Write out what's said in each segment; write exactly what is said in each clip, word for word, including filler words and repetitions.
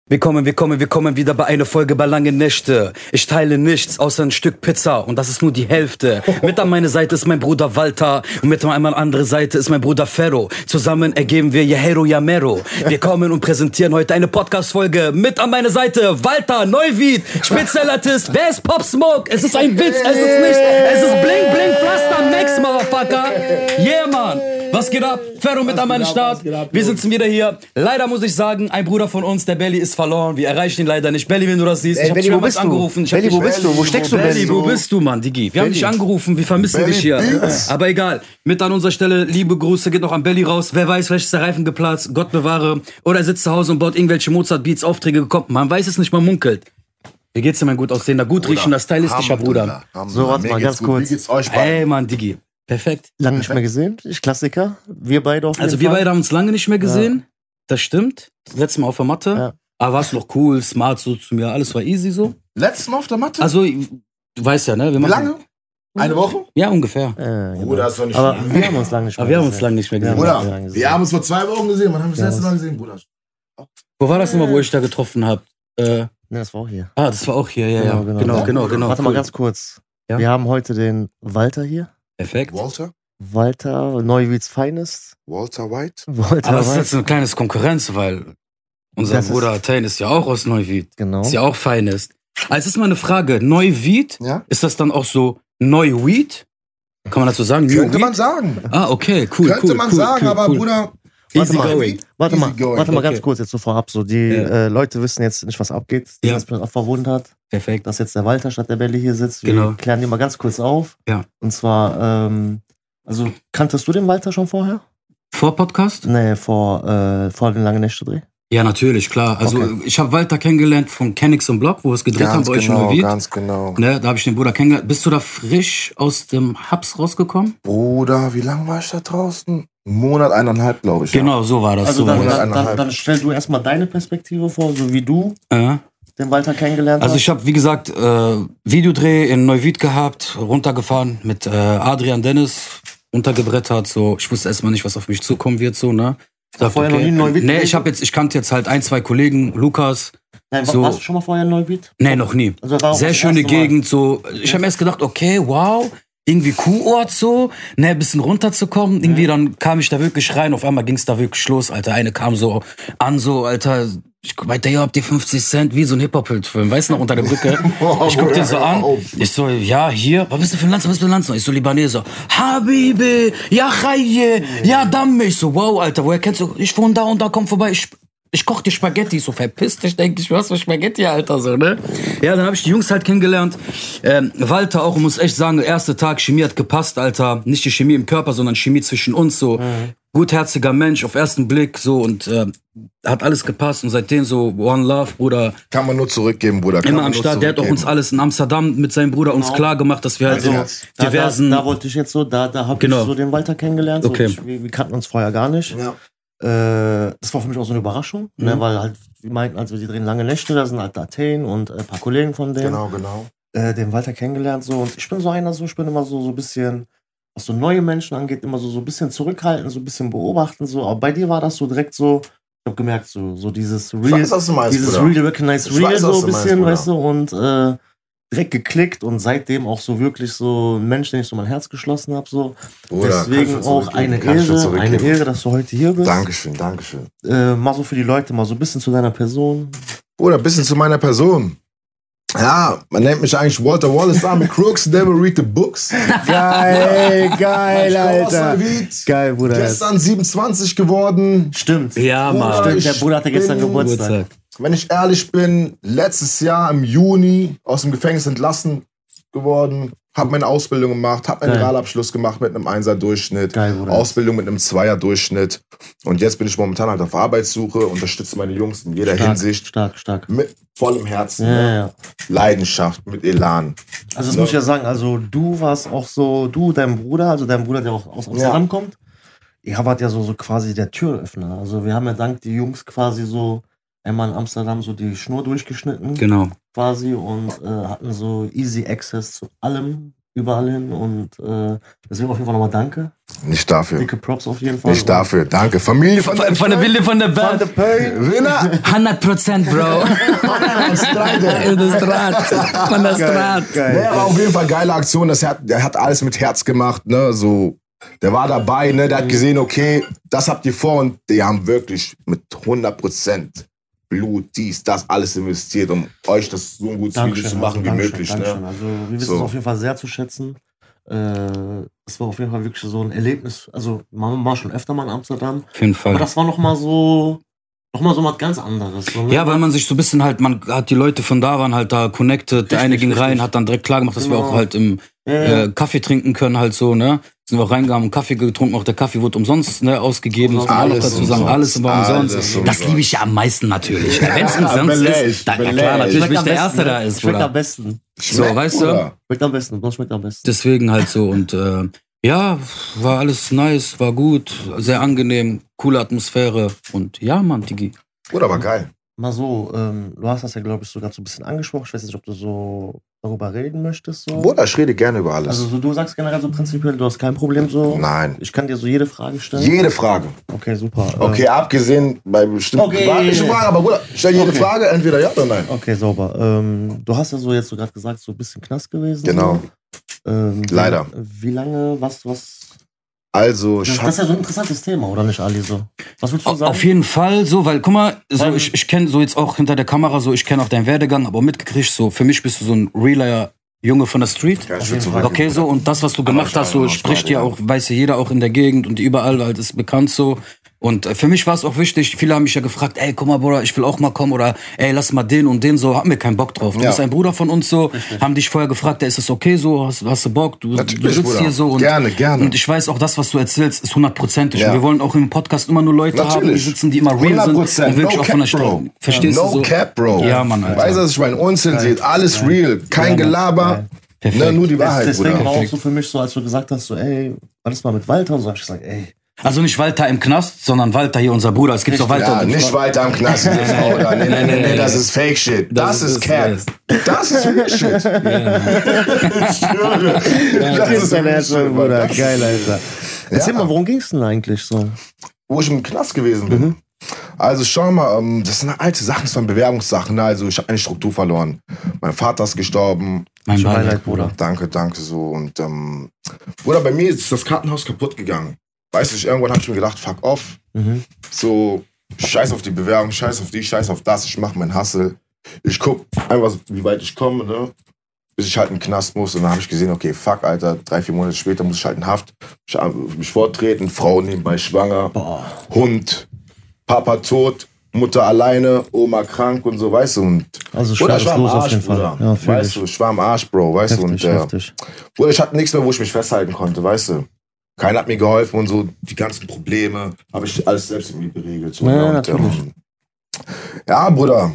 Wir kommen, wir kommen, wir kommen wieder bei einer Folge bei Lange Nächte. Ich teile nichts außer ein Stück Pizza und das ist nur die Hälfte. Mit an meiner Seite ist mein Bruder Walter und mit an meiner anderen Seite ist mein Bruder Ferro. Zusammen ergeben wir Yahero Yamero. Wir kommen und präsentieren heute eine Podcast-Folge. Mit an meiner Seite Walter Neuwied, Spitzelartist. Wer ist Pop Smoke? Es ist ein Witz, es ist nicht. Es ist Bling Bling Pflaster Max, Motherfucker. Yeah, man. Was geht ab? Ferro mit an meinem Start. Wir sitzen wieder hier. Leider muss ich sagen, ein Bruder von uns, der Belly, ist verloren. Wir erreichen ihn leider nicht. Belly, wenn du das siehst, Ey, ich hab Belly, dich wo mal bist angerufen. Ich Belly, hab wo dich, bist du? Wo steckst du, Belly? Belly? Wo bist du, Mann, Digi? Wir haben Belly. dich angerufen, wir vermissen Belly dich hier. Beats. Aber egal. Mit an unserer Stelle, liebe Grüße, geht noch an Belly raus. Wer weiß, vielleicht ist der Reifen geplatzt, Gott bewahre. Oder er sitzt zu Hause und baut irgendwelche Mozart-Beats, Aufträge gekommen. Man weiß es nicht, man munkelt. Wie geht's dir, mein gut aussehender, gut riechender, stylistischer Bruder? So, warte mal, ganz kurz. Wie geht's euch beiden? Ey, Mann, Digi. Perfekt. Lange nicht mehr gesehen, ich Klassiker. Wir beide auf jeden Also wir Fall. beide haben uns lange nicht mehr gesehen. Das stimmt. Das letzte Mal auf der Matte. Ja. Aber warst noch cool, smart so zu mir. Alles war easy so. Letztes Mal auf der Matte? Also, du weißt ja, ne? Wir Wie machen, lange? Eine Woche? Ja, ungefähr. Äh, genau. Bruder, das ist doch nicht Aber schlimm. wir haben uns lange nicht mehr Aber wir haben uns gesehen. lange nicht mehr gesehen. Ja, Bruder, ja, wir haben uns vor zwei Wochen gesehen. Wann haben wir das Ja, letzte was- Mal gesehen, Bruder? Wo war das nochmal, wo ich da getroffen hab? Äh, Ne, das war auch hier. ah, das war auch hier, ja, ja. Genau, genau. Genau, genau, genau. Warte Cool. mal ganz kurz. Ja? Wir haben heute den Walter hier. Perfekt. Walter? Walter, Neuwieds Finest. Walter White? Walter Aber es ist White. jetzt eine kleine Konkurrenz, weil unser Das ist- Bruder Tain ist ja auch aus Neuwied. Genau. Ist ja auch Finest. Also es ist mal eine Frage. Neuwied, Ja? ist das dann auch so Neuweed? Kann man dazu sagen? Könnte Neuweed? man sagen. Ah, okay, cool, Könnte cool, man cool, sagen, cool, aber cool. Bruder, Warte Easy mal. going. Warte mal, Easy going. warte mal ganz Okay. kurz jetzt so vorab. So, die Ja. äh, Leute wissen jetzt nicht, was abgeht. Die Ja. sind auch verwundert, Perfekt. dass jetzt der Walter statt der Belly hier sitzt. Wir Genau. klären die mal ganz kurz auf. Ja. Und zwar, ähm, also kanntest du den Walter schon vorher? Vor Podcast? Nee, vor, äh, vor den Lange Nächte Dreh. Ja, natürlich, klar. Also Okay. ich habe Walter kennengelernt von Kenix und Block, wo wir es gedreht haben ganz bei euch in genau, Neuwied. ganz genau. Ne, da habe ich den Bruder kennengelernt. Bist du da frisch aus dem Hubs rausgekommen? Bruder, wie lange war ich da draußen? Einen Monat, eineinhalb, glaube ich. Genau, so war das. Also so dann, war das. dann, dann, eineinhalb. dann stell du erstmal deine Perspektive vor, so wie du Äh. den Walter kennengelernt Also hast. ich habe, wie gesagt, äh, Videodreh in Neuwied gehabt, runtergefahren mit äh, Adrian Dennis, untergebrettert. So, ich wusste erstmal nicht, was auf mich zukommen wird, so, ne? Dachte, vorher noch nie in Neuwied Nee, gewesen? ich habe jetzt, ich kannte jetzt halt ein, zwei Kollegen, Lukas. Nein, so- warst du schon mal vorher in Neuwied? Nee, noch nie. Also war auch Sehr das schöne erste Mal. Gegend, so. Ich habe erst gedacht, okay, wow, irgendwie Kuhort so, ne, ein bisschen runterzukommen. Irgendwie dann kam ich da wirklich rein, auf einmal ging's da wirklich los, Alter. Eine kam so an, so, Alter, ich weiter, ja, habt ihr fünfzig Cent, wie so ein Hip-Hop-Film, weißt du noch, unter der Brücke. Ich guck den so an, ich so, ja, hier, was bist du für ein Landsmann, was bist du für ein Landsmann? Ich so, Libaneser. Habibi, ja, Chaye, ja, Damme. Ich so, wow, Alter, woher kennst du? Ich wohne da und da, komm vorbei, ich Ich koch dir Spaghetti, so verpiss dich, denke ich, was für Spaghetti, Alter, so, ne? Ja, dann habe ich die Jungs halt kennengelernt. Ähm, Walter auch, muss echt sagen, der erste Tag, Chemie hat gepasst, Alter. Nicht die Chemie im Körper, sondern Chemie zwischen uns, so. Mhm. Gutherziger Mensch, auf ersten Blick, so, und äh, hat alles gepasst. Und seitdem so, One Love, Bruder. Kann man nur zurückgeben, Bruder. Kann Immer man am nur Start. Der hat auch uns alles in Amsterdam mit seinem Bruder uns Genau. klar gemacht, dass wir halt Also, in da, diversen... da, da wollte ich jetzt so, da, da habe Genau. ich so den Walter kennengelernt. So, Okay. ich, wir, wir kannten uns vorher gar nicht. Ja. Äh, das war für mich auch so eine Überraschung, Mhm. ne, weil halt, wir meinten, als wir die drehen Lange Nächte, da sind halt Athen und ein paar Kollegen von denen, Genau, genau. äh, den Walter kennengelernt. So. Und ich bin so einer, so, ich bin immer so, so ein bisschen, was so neue Menschen angeht, immer so, so ein bisschen zurückhalten, so ein bisschen beobachten. So. Aber bei dir war das so direkt so, ich habe gemerkt, so, so dieses Ich Real, weiß, was du meinst, dieses Bruder. Real Recognize Ich Real weiß, so was ein du bisschen, meinst, weißt du, und äh, direkt geklickt und seitdem auch so wirklich so ein Mensch, den ich so mein Herz geschlossen habe. So. Bruder, kann ich Deswegen schon auch zurückgeben, eine kann ich schon Ehre, eine zurückgeben. Ehre, dass du heute hier bist. Dankeschön, Dankeschön. Äh, mal so für die Leute, mal so ein bisschen zu deiner Person. Bruder, ein bisschen zu meiner Person. Ja, man nennt mich eigentlich Walter Wallace, da mit Crooks, Never Read the Books. Geil, geil, Ich komm aus Alter. Neuwied. Geil, Bruder. Gestern siebenundzwanzig geworden. Stimmt. Ja, Bruder, Mann. Stimmt, der ich Bruder hatte gestern bin- Geburtstag. Geburtstag. Wenn ich ehrlich bin, letztes Jahr im Juni aus dem Gefängnis entlassen geworden, habe meine Ausbildung gemacht, habe meinen Geil. Realabschluss gemacht mit einem Einser-Durchschnitt, Geil, Bruder. Ausbildung mit einem Zweier-Durchschnitt. Und jetzt bin ich momentan halt auf Arbeitssuche, unterstütze meine Jungs in jeder Stark, Hinsicht stark, stark. mit vollem Herzen, Ja, ne? ja, ja. Leidenschaft, mit Elan. Also das So. muss ich ja sagen, also du warst auch so, du, dein Bruder, also dein Bruder, der auch aus Amsterdam Ja. kommt, ihr wart ja so, so quasi der Türöffner. Also wir haben ja dank die Jungs quasi so einmal in Amsterdam so die Schnur durchgeschnitten Genau. quasi und äh, hatten so easy access zu allem, überall hin und äh, deswegen auf jeden Fall nochmal danke. Nicht dafür. Dicke Props auf jeden Fall. Nicht dafür. Danke. Familie von, Von, von der Wille von der Band. Winner. hundert Prozent, Bro. Das Draht. Von der Straße. Der war auf jeden Fall eine geile Aktion. Das hat, der hat alles mit Herz gemacht. Ne? So, der war dabei. Ne? Der hat gesehen, okay, das habt ihr vor. Und die haben wirklich mit hundert Prozent Blut, dies, das, alles investiert, um euch das so ein gutes Video zu machen also, wie möglich. Ne? Also wir wissen so. es auf jeden Fall sehr zu schätzen. Äh, es war auf jeden Fall wirklich so ein Erlebnis. Also man war schon öfter mal in Amsterdam. Auf jeden Fall. Aber das war nochmal so, noch mal so was ganz anderes. So, ne? Ja, weil man sich so ein bisschen halt, man hat die Leute von da waren halt da connected. Der eine ging richtig. rein, hat dann direkt klar gemacht, dass Genau. wir auch halt im Ja, ja. äh, Kaffee trinken können halt so, ne? Sind wir auch reingegangen, Kaffee getrunken, auch der Kaffee wurde umsonst, ne, ausgegeben. Das kann man auch noch Alles dazu sagen, umsonst. alles war umsonst. Alles Das umsonst. liebe ich ja am meisten natürlich. Ne? Wenn es Ja, umsonst belächt, ist, dann, ja belächt. klar, natürlich Schmeckt bin ich am der besten, Erste, ne? da ist, Schmeckt Bruder. am besten. So, weißt du? Bruder. Schmeckt am besten. Das schmeckt am besten. Deswegen halt so und äh, ja, war alles nice, war gut, sehr angenehm, coole Atmosphäre und ja, Mann, Digi. Bruder, war geil. Mal so, ähm, du hast das ja, glaube ich, sogar so ein bisschen angesprochen. Ich weiß nicht, ob du so darüber reden möchtest. So. Bruder, ich rede gerne über alles. Also so, du sagst generell so prinzipiell, du hast kein Problem so. Nein. Ich kann dir so jede Frage stellen. Jede Frage. Okay, super. Okay, abgesehen bei bestimmten Okay. privatlichen Fragen, aber Bruder, stell jede Okay. Frage, entweder ja oder nein. Äh, okay, sauber. Ähm, du hast ja so jetzt so gerade gesagt, so ein bisschen Knast gewesen. Genau. So. Ähm, wie- Leider. Wie lange, was, was? Also, ich Das, das hab, ist ja so ein interessantes Thema, oder nicht, Ali? So. Was würdest du sagen? Auf jeden Fall so, weil guck mal, so Weil- ich, ich kenne so jetzt auch hinter der Kamera so, ich kenne auch deinen Werdegang, aber mitgekriegt so, für mich bist du so ein realer Junge von der Street. ja, ich Auf will jeden zurück. Fall. Okay, so, und das, was du Aber gemacht hast, so schade, spricht schade, ja ja. auch, weiß ja jeder auch in der Gegend und überall, halt ist bekannt so. Und äh, für mich war es auch wichtig, viele haben mich ja gefragt, ey, guck mal, Bruder, ich will auch mal kommen oder ey, lass mal den und den so, haben wir keinen Bock drauf. Du Ja. bist ein Bruder von uns so, haben dich vorher gefragt, ey, ist das okay so, hast, hast du Bock, du, du Natürlich, sitzt Bruder. hier so und, Gerne, gerne. und ich weiß auch, das, was du erzählst, ist hundertprozentig. Ja. Und wir wollen auch im Podcast immer nur Leute haben, die Natürlich. sitzen, die immer real sind hundert und Prozent. wirklich No auch von der cap, Bro. Stelle. Verstehst No du so? cap, Bro. Ja, Mann, Alter. Weißt du, was ich meine? Unzensiert, alles real. Kein Ja, Mann. Gelaber. Perfekt. Ne, nur die Wahrheit, Deswegen Bruder. war auch so für mich so, als du gesagt hast, so, ey, alles mal mit Walter und so, hab ich gesagt, ey. Also nicht Walter im Knast, sondern Walter hier, unser Bruder. Es gibt doch Walter. Ja, und- nicht weiter am Knast. Nee, nee, nee, nee, nee, das ist Fake Shit. Das, Das ist ist- Cap. Das ist Real Shit. Ich schwöre. Das ist Real Shit, Bruder. Geil, Alter. Erzähl mal, worum ging's denn eigentlich so? Wo ich im Knast gewesen bin. Mhm. Also schau mal, ähm, das sind alte Sachen, das waren Bewerbungssachen. Ne? Also ich habe eine Struktur verloren. Mein Vater ist gestorben. Mein Schon Beileid, Beileid, Bruder. Danke, danke so. Und ähm, Bruder, bei mir ist das Kartenhaus kaputt gegangen. Weißt du, ich- irgendwann habe ich mir gedacht, fuck off. Mhm. So, scheiß auf die Bewerbung, scheiß auf die, scheiß auf das. Ich mache meinen Hustle. Ich guck einfach, wie weit ich komme, ne? Bis ich halt in den Knast muss. Und dann habe ich gesehen, okay, fuck, Alter, drei, vier Monate später muss ich halt in Haft. Ich hab mich vortreten, Frau nebenbei schwanger, Boah. Hund, Papa tot, Mutter alleine, Oma krank und so, weißt du. Und Also Bruder, ich war schweres am Los auf Arsch, jeden Fall. Bruder. Ja, fühl weißt ich. du, ich war am Arsch, Bro, weißt du. Heftig, Und äh, heftig. Bruder, ich hatte nichts mehr, wo ich mich festhalten konnte, weißt du. Keiner hat mir geholfen und so, die ganzen Probleme habe ich alles selbst irgendwie geregelt. So, Ja, ne? und, natürlich. ähm, ja, Bruder.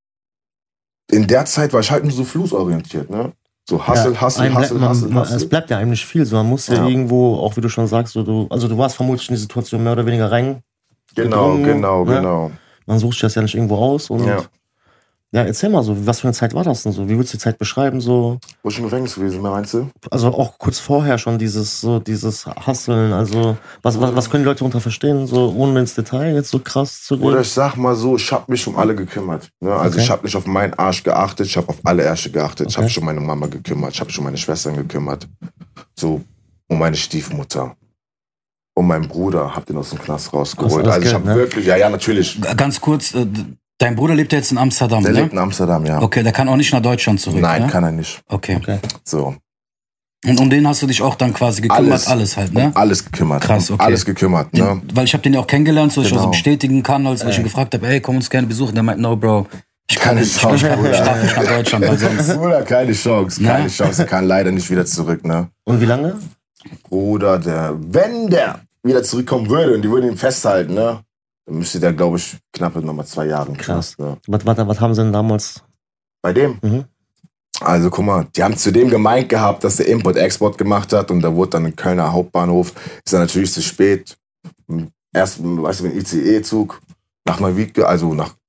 In der Zeit war ich halt nur so flussorientiert, ne? So Hustle, Ja, Hustle, einem Hustle, bleibt- man- Hustle, man- Hustle. Es bleibt ja eigentlich viel so. Man muss ja, Ja. irgendwo, auch wie du schon sagst, so, du, also du warst vermutlich in die Situation mehr oder weniger rein. Genau, gedrungen, genau, ne? genau. Man sucht sich das ja nicht irgendwo aus. Und Ja. ja, erzähl mal so, was für eine Zeit war das denn so? Wie würdest du die Zeit beschreiben? So, Wo ich im Gefängnis gewesen bin, meinst du? also auch kurz vorher schon dieses, so dieses Hustlen. Also, was, was, was können die Leute darunter verstehen? So, ohne ins Detail jetzt so krass zu gehen. Oder ich sag mal so, ich habe mich um alle gekümmert. Ne? Also Okay. ich habe nicht auf meinen Arsch geachtet, ich habe auf alle Ärsche geachtet. Ich Okay. habe mich um meine Mama gekümmert, ich habe mich um meine Schwestern gekümmert. So, um meine Stiefmutter. Um meinen Bruder, hab den aus dem Knast rausgeholt. das Also ich Geld, habe ne? wirklich, ja, ja, natürlich. Ganz kurz, äh, dein Bruder lebt ja jetzt in Amsterdam, Der ne? lebt in Amsterdam, ja. Okay, der kann auch nicht nach Deutschland zurück, Nein, ne? kann er nicht. Okay. Okay. So, Und um den hast du dich auch dann quasi gekümmert, alles, Alles. halt, ne? um alles gekümmert. Krass, um okay. Alles gekümmert, ne? Den, weil ich habe den ja auch kennengelernt, so ich Genau. was bestätigen kann, als ich ihn gefragt habe, ey, komm uns gerne besuchen. Der meint, no, Bro, ich kann Keine nicht, ich, Chance, ich, ich Bruder. darf nicht nach Deutschland, weil sonst... Bruder, keine Chance, keine Ne? Chance. Er kann leider nicht wieder zurück, ne? Und wie lange? Bruder, der, wenn der wieder zurückkommen würde und die würden ihn festhalten, ne? Dann müsste der, glaube ich, knappe nochmal zwei Jahre im Krass. Knast, ne? Was, was, was haben sie denn damals? Bei dem? Mhm. Also guck mal, die haben zu dem gemeint gehabt, dass der Import-Export gemacht hat und da wurde dann im Kölner Hauptbahnhof, ist dann natürlich zu spät. Erst, weißt du, mit dem I C E-Zug nach Neuwied, also nach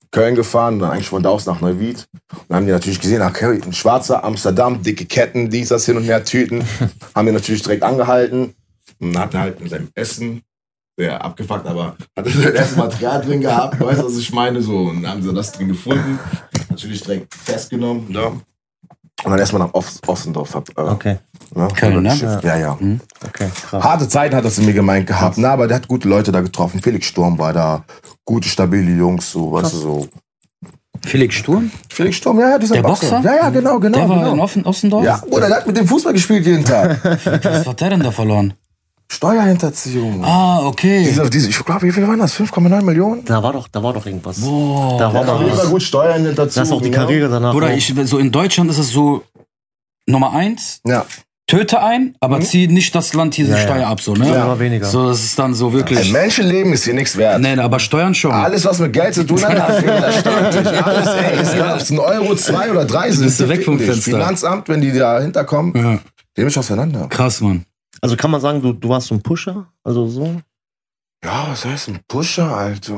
Köln gefahren, dann eigentlich von da aus nach Neuwied. Und dann haben die natürlich gesehen, okay, ein Schwarzer, Amsterdam, dicke Ketten, dies, das, hin und her Tüten. Haben wir natürlich direkt angehalten. Und dann hat er halt in seinem Essen, sehr abgefuckt, aber hat er das erste Material drin gehabt, weißt du, was ich meine? So, und dann haben sie das drin gefunden, natürlich direkt festgenommen, ja. Und dann erstmal nach Ost Ostendorf. Äh, Okay. Ne? Köln, ne? Ja, ja. ja. Mhm. Okay, krass. Harte Zeiten hat er zu mir gemeint gehabt, na, aber der hat gute Leute da getroffen. Felix Sturm war da, gute, stabile Jungs, so, weißt du, so. Felix Sturm? Felix Sturm, ja, ja, dieser Der Boxer? Ja, ja, genau, genau. Der war genau. in Offen Ossendorf? Ja, oder der hat mit dem Fußball gespielt jeden Tag. Was hat der denn da verloren? Steuerhinterziehung. Ah, okay. Diese, diese, ich glaube, wie viel waren das? fünf Komma neun Millionen? Da war doch, da war doch irgendwas. Boah. Da war Ja, doch immer was. gut Steuerhinterziehung. Das ist auch die ne? Karriere danach. Bruder, auch. ich, so in Deutschland ist es so Nummer eins, Ja. töte ein, aber zieh nicht das Land hier die Ja, ja. Steuer ab, so, ne? Ja, immer weniger. So, das ist dann so Ein wirklich. Menschenleben ist hier nichts wert. Nee, aber Steuern schon. Alles, was mit Geld zu tun hat, hat der Staat nicht. Alles, ey, ist egal, ob es ein Euro, zwei oder drei sind. Bist du die weg vom ficken dich. Fenster. Finanzamt, wenn die dahinter kommen, Ja. nehme ich auseinander. Krass, Mann. Also kann man sagen, du, du warst so ein Pusher? Also so? Ja, was heißt ein Pusher, Alter?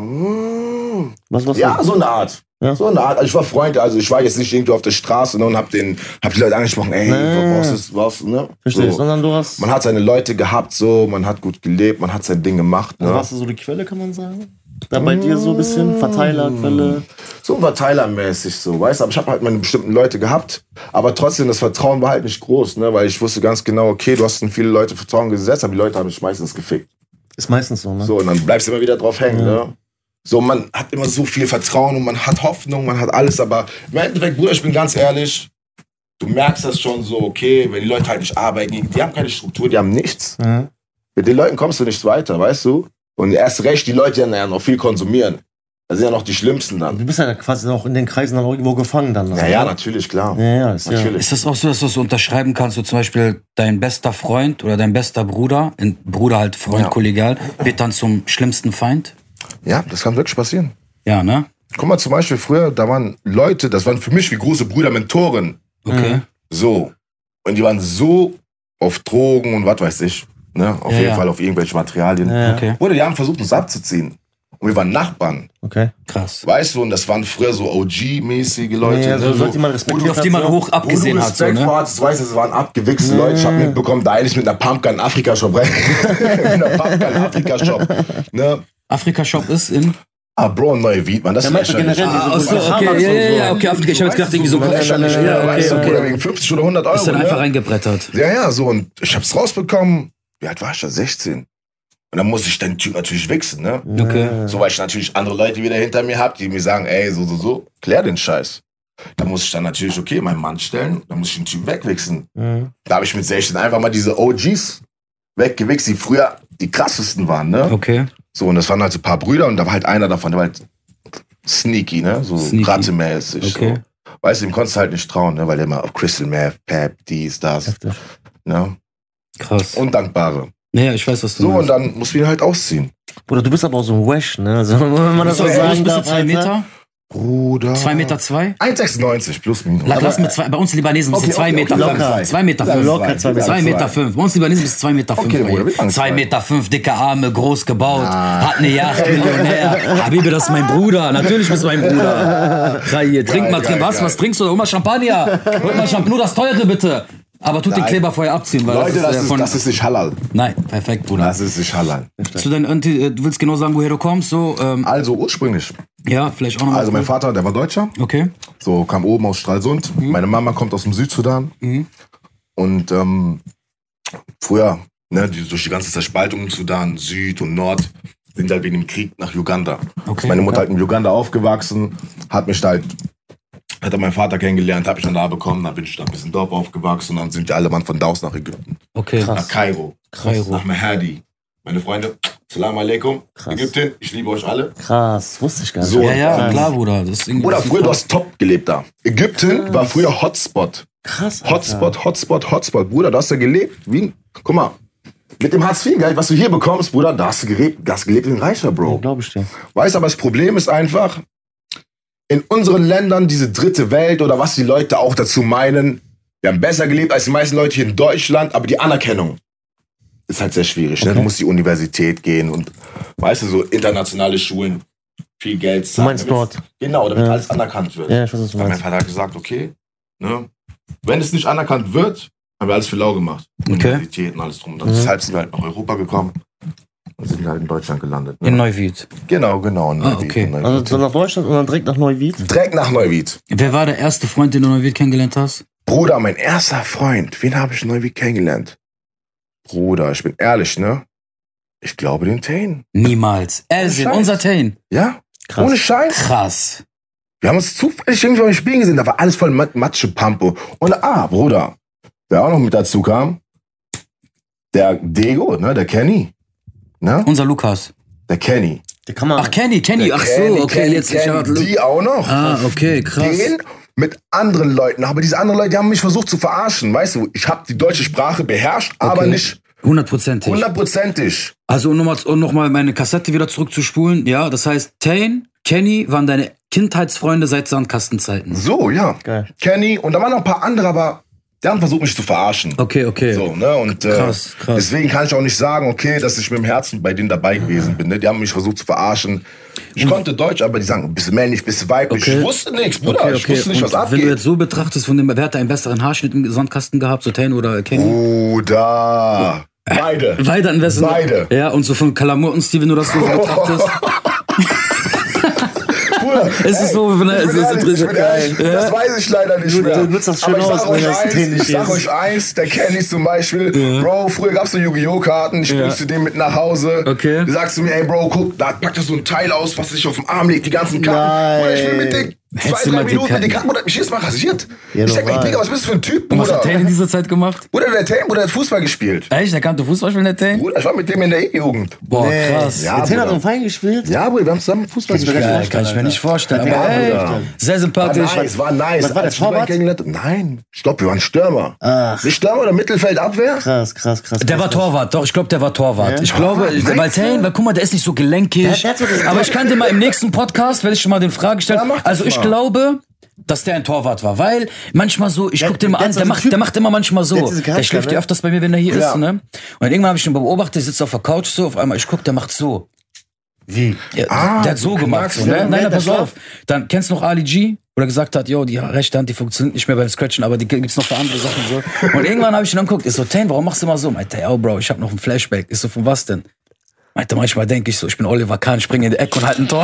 Hm. Was, was Ja, so eine Art. Ja. So eine Art. Also ich war Freund, also ich war jetzt nicht irgendwo auf der Straße ne, und hab, den, hab die Leute angesprochen, ey, Nee. was brauchst du, was, ne? Verstehe ich, So. sondern du hast. Man hat seine Leute gehabt, so, man hat gut gelebt, man hat sein Ding gemacht. Also Ne? warst du so die Quelle, kann man sagen? Da bei dir so ein bisschen Verteilerquelle. So verteilermäßig so, weißt du, aber ich habe halt meine bestimmten Leute gehabt, aber trotzdem, das Vertrauen war halt nicht groß, ne, weil ich wusste ganz genau, okay, du hast in viele Leute Vertrauen gesetzt, aber die Leute haben mich meistens gefickt. Ist meistens so, ne? So, und dann bleibst du immer wieder drauf hängen, ne. So, man hat immer so viel Vertrauen und man hat Hoffnung, man hat alles, aber im Endeffekt, Bruder, ich bin ganz ehrlich, du merkst das schon so, okay, wenn die Leute halt nicht arbeiten, die haben keine Struktur, die haben nichts. Mhm. Mit den Leuten kommst du nicht weiter, weißt du? Und erst recht, die Leute, die ja noch viel konsumieren. Das sind ja noch die Schlimmsten dann. Du bist ja quasi auch in den Kreisen dann auch irgendwo gefangen dann. Ja, ja, natürlich, klar. Ja, ja, ist ja. Natürlich. Ist das auch so, dass du das so unterschreiben kannst, so zum Beispiel dein bester Freund oder dein bester Bruder, in Bruder halt Freund, Ja. kollegial, wird dann zum schlimmsten Feind? Ja, das kann wirklich passieren. Ja, ne? Guck mal, zum Beispiel früher, da waren Leute, das waren für mich wie große Brüder, Mentoren. Okay. Mhm. So. Und die waren so auf Drogen und was weiß ich. Ne? Auf Ja, jeden ja. Fall auf irgendwelche Materialien. Ja. Okay. Bruder, die haben versucht, uns abzuziehen. Und wir waren Nachbarn. Okay. Krass. Weißt du, und das waren früher so O G-mäßige Leute. Ja, so ne? sollte man Respekt wo du- Auf die man hoch Wo abgesehen du hat, so, Respekt ne? vor hattest, weißt du, es waren abgewichste Leute. Ich hab mitbekommen, der eine ist mit einer Pumpgun in Afrika-Shop rein. mit einer Pumpgun in Afrika-Shop. Ne? Afrika-Shop ist in. Ah, Bro, neue Weed, man, das Ja, ist meinst du lächerlich. generell Ah, diese ach so, okay, ja, ja, ja, okay, Afrika, ich hab jetzt gedacht, irgendwie so. lächerlich, Ja, ne? ja, Weißt du, okay, Bruder, okay. wegen fünfzig oder hundert Euro. Ist dann einfach ne? reingebrettert. Ja, ja, so, und ich hab's rausbekommen. Wie alt war ich da? sechzehn. Und dann muss ich den Typ natürlich wichsen, ne? Okay. So, weil ich natürlich andere Leute wieder hinter mir hab, die mir sagen, ey, so, so, so, klär den Scheiß. Da muss ich dann natürlich, okay, meinen Mann stellen, dann muss ich den Typ wegwichsen. Mhm. Da habe ich mit sechzehn einfach mal diese O Gs weggewichst, die früher die krassesten waren, ne? Okay. So, und das waren halt so ein paar Brüder und da war halt einer davon, der war halt sneaky, ne? So Sneaky. rattemäßig. Okay. So. Weißt du, dem konntest du halt nicht trauen, ne? Weil der immer auf Crystal Meth, Pep, dies, das, Heftig. ne? Krass. Undankbare. Naja, ich weiß, was du So, und meinst. dann musst du ihn halt ausziehen. Bruder, du bist aber auch so ein Wesh, ne? Also, wenn man das so Bist du groß? sagen Bist du darf. zwei Alter. Meter? Bruder. Zwei Meter zwei? eins Komma sechsundneunzig plus minus. La- Lass mit zwei, bei uns Libanesen bist du Okay, zwei okay, Meter okay, fünf. locker. Zwei Meter fünf. Locker zwei Meter. Zwei Meter fünf. Bei uns Libanesen bist du zwei Meter fünf. Okay, Bruder, wir fangen Zwei zwei. Meter fünf, dicke Arme, groß gebaut, hat eine Yacht, Millionär. Habibi, das ist mein Bruder. Natürlich bist du mein Bruder. Rahier, trink Geil, mal, trink geil, was? geil. Was trinkst du? Hol mal Champagner. Hol mal Champagner. Nur das teure bitte. Aber tut den Nein. Kleber vorher abziehen, weil Leute, das das ist, ist, ja von. das ist nicht halal. Nein, perfekt, Bruder. Das ist nicht halal. Zu deinen Anti, äh, du willst genau sagen, woher du kommst, so, ähm, Also ursprünglich. ja, vielleicht auch nochmal. Also mein Vater, der war Deutscher. Okay. So, kam oben aus Stralsund. Meine Mama kommt aus dem Südsudan. Mhm. Und ähm, früher, ne, die, durch die ganze Zerspaltung im Sudan, Süd und Nord, sind halt wegen dem Krieg nach Uganda. Okay. Meine Mutter halt in Uganda aufgewachsen, hat mich da halt, hat dann meinen Vater kennengelernt, habe ich dann da bekommen, dann bin ich da ein bisschen Dorf aufgewachsen und dann sind wir alle Mann von da aus nach Ägypten. Okay. Krass. Nach Kairo. Kairo. Nach Mahdi. Meine Freunde, Salam alaikum, Krass. Ägypten, ich liebe euch alle. Krass, wusste ich gar nicht. So, Ja, ja, Krass. klar, Bruder. Das ist irgendwie Oder früher, du hast top gelebt da. Ägypten war früher Hotspot. Krass. Alter. Hotspot, Hotspot, Hotspot. Bruder, da hast du gelebt. Wie ein, guck mal, mit dem Hartz-vier-Geld, was du hier bekommst, Bruder, da hast du gelebt, da hast du gelebt wie ein Reicher, Bro. Glaube ich dir. Weißt aber das Problem ist einfach, in unseren Ländern, diese dritte Welt oder was die Leute auch dazu meinen, wir haben besser gelebt als die meisten Leute hier in Deutschland, aber die Anerkennung ist halt sehr schwierig. Ne? Okay. Du musst die Universität gehen und, weißt du, so internationale Schulen. viel Geld Du zahlen. meinst damit- dort? Genau, damit Ja. alles anerkannt wird. Ja, ich weiß, was du Weil mein meinst. Vater hat gesagt, okay, ne, wenn es nicht anerkannt wird, haben wir alles für lau gemacht. Okay. Universität und alles drum. Und dann Mhm. deshalb sind wir halt nach Europa gekommen und sind halt in Deutschland gelandet. Ne? In Neuwied. Genau, genau. in Ah, Neuwied, okay. in Neuwied. Also so nach Deutschland und dann direkt nach Neuwied? Direkt nach Neuwied. Wer war der erste Freund, den du in Neuwied kennengelernt hast? Bruder, mein erster Freund. Wen habe ich in Neuwied kennengelernt? Bruder, ich bin ehrlich, ne? Ich glaube den Tane. Niemals. Elsin, Scheiß. unser Tane. Ja? Krass. Ohne Scheiß. Krass. Wir haben uns zufällig irgendwie beim Spielen gesehen. Da war alles voll Mat- Matsche, Pampo. Und ah, Bruder, wer auch noch mit dazu kam, der Dego, ne? Der Kenny. Ne? Unser Lukas. Der Kenny. Der kann man. Ach, Kenny, Kenny. Der Ach so, Kenny, okay, Kenny, jetzt. Kenny. Ich, Die auch noch. ah, okay, krass. Den mit anderen Leuten. Aber diese anderen Leute, die haben mich versucht zu verarschen. Weißt du, ich habe die deutsche Sprache beherrscht, aber Okay. nicht Hundertprozentig. hundertprozentig. Also, um nochmal um noch mal meine Kassette wieder zurückzuspulen. Ja, das heißt, Tane, Kenny waren deine Kindheitsfreunde seit Sandkastenzeiten. So, ja. Geil. Kenny und da waren noch ein paar andere, aber die haben versucht, mich zu verarschen. Okay, okay. So, ne? Und äh, Krass, krass. deswegen kann ich auch nicht sagen, okay, dass ich mit dem Herzen bei denen dabei gewesen bin. Ne? Die haben mich versucht zu verarschen. Ich konnte Deutsch, aber die sagen, bist du männlich, bist du weiblich. Okay. Ich wusste nichts, Bruder. Okay, Ich okay. wusste nicht, Und was wenn du abgeht. jetzt so betrachtest, von dem, wer hat einen besseren Haarschnitt im Sandkasten gehabt, so Tane oder Kenny? Bruder. Beide. Beide am besten. Beide. Ja, und so von Kalamotten-Stil, wenn du das so betrachtest. Bruder, Es ist so, wenn er- ich es bin ist- ehrlich, ich bin ehrlich, das weiß ich leider nicht Du- mehr. du nutzt das schön Aber ich aus, sag wenn euch das eins, ähnlich ich sag ist. euch eins, der Kenny zum Beispiel, Bro, früher gab's so Yu-Gi-Oh! Karten, ich Ja. bringst du den mit nach Hause. Okay. Du sagst zu mir, ey Bro, guck, da packt er so ein Teil aus, was sich auf dem Arm legt, die ganzen Karten. Nein. Bruder, ich will mit den zwei, Hättest du drei mal die Minuten mit den Karten- Karten, Bruder, hat mich jedes Mal rasiert. Ja, ich denk mir, ey, normal. Digga, was bist du für ein Typ, Und was hat Bruder? Tane in dieser Zeit gemacht? Bruder, der Tane, Bruder, hat Fußball gespielt. Echt? Der kannte Fußball spielen, der Tane? Bruder, ich war mit dem in der E-Jugend. Boah, krass. Ja, Der Tane hat Bruder. im Verein gespielt? Ja, Bruder, wir haben zusammen Fußball Kann ich mir gespielt. gar Ja, kann ich mir nicht vorstellen. Ja, Aber ey, Bruder. sehr War sympathisch. nice, war nice. Was war der Als ich ihn Torwart? kennengelernt habe- Nein, ich glaube, wir waren Stürmer. Ach. Nicht Stürmer oder Mittelfeldabwehr? Krass, krass, krass. Der war krass. Torwart, doch, ich glaube, der war Torwart. Ja. Ich glaube, Torwart, weil meinst du? Tane, weil guck mal, der ist nicht so gelenkig. Der- der hat so das- aber ich kann dir mal im nächsten Podcast, werde ich schon mal den Frage stellen. Ja, mach das Also ich mal. glaube, dass der ein Torwart war, weil manchmal so, ich Der- guck den mal der an, hat so der einen macht, Typ- der macht immer manchmal so. der hat diese Der Charakter, schläft ne? ja öfters bei mir, wenn er hier Ja. ist, ne? Und irgendwann habe ich ihn beobachtet, der sitzt auf der Couch so, auf einmal, ich guck, der macht so. Wie? Ja, Ah, der hat so du gemacht, magst so, den, ne? Nein, der- nein, der pass Schlaf- auf. Dann kennst du noch Ali G, wo er gesagt hat, yo, die rechte Hand, die funktioniert nicht mehr beim Scratchen, aber die gibt's noch für andere Sachen so. Und irgendwann habe ich ihn dann geguckt, ist so, Tane, warum machst du immer so? Meinte er, oh Bro, ich habe noch ein Flashback. Ist so, von was denn? Meinte, manchmal denke ich so, ich bin Oliver Kahn, springe in die Ecke und halt ein Tor.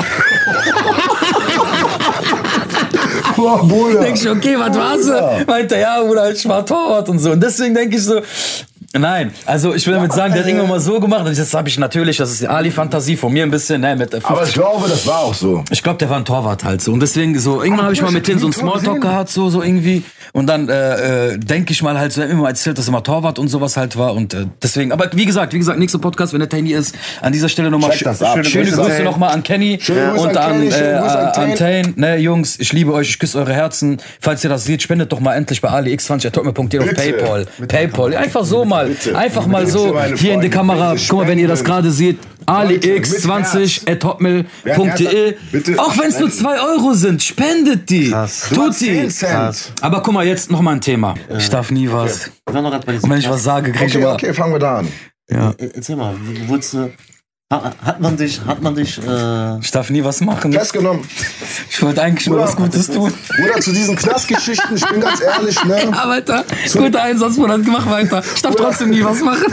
Boah, Bruder. Denk ich, okay, was war's? Bruder. Meinte, ja, Bruder, ich war Torwart und so. Und deswegen denke ich so, nein, also ich will damit sagen, der hat irgendwann mal so gemacht. Und das habe ich natürlich, das ist die Ali-Fantasie von mir ein bisschen, ne, mit Aber ich glaube, das war auch so. Ich glaube, der war ein Torwart halt so. Und deswegen so, irgendwann habe ich mal mit denen so einen Smalltalk gehabt, so, so irgendwie. Und dann äh, äh, denke ich mal halt so, er hat immer erzählt, dass er mal Torwart und sowas halt war. Und äh, deswegen, aber wie gesagt, wie gesagt, nächster Podcast, wenn der Tane ist, an dieser Stelle nochmal Check das ab. schöne, Schöne Grüße Grüße. nochmal an Kenny Schöne Grüße und an an, Kenny, schöne äh, Grüße an an Tane. Tane. Ne, Jungs, ich liebe euch, ich küsse eure Herzen. Falls ihr das seht, spendet doch mal endlich bei ali x zwanzig at hotmail punkt de auf Bitte. Paypal. Paypal, ja, einfach so mal. Bitte. Einfach mal Bitte, so, meine hier in die Freunde, Kamera. bitte Guck mal, wenn ihr das spenden. gerade seht, ali x mit zwanzig at hotmail punkt de. Herz hat, bitte Auch wenn es nur spenden. zwei Euro sind, spendet die. Krass. Du Tut hast die. zehn Cent. Krass. Aber guck mal, jetzt noch mal ein Thema. Ich darf nie was. Wir waren noch grad bei diesem Und wenn ich was sage, krieg ich Okay, immer... okay, fangen wir da an. Ja. Äh, Erzähl mal, wie- wurdest du. ha- Hat man dich, hat man dich, äh, Ich darf nie was machen. Festgenommen. Ich wollte eigentlich nur Bruder, was Gutes tun. Bruder, zu diesen Knastgeschichten, ich bin ganz ehrlich, ne? Aber Alter, guter Einsatz, Bruder, mach weiter. Ich darf trotzdem nie was machen.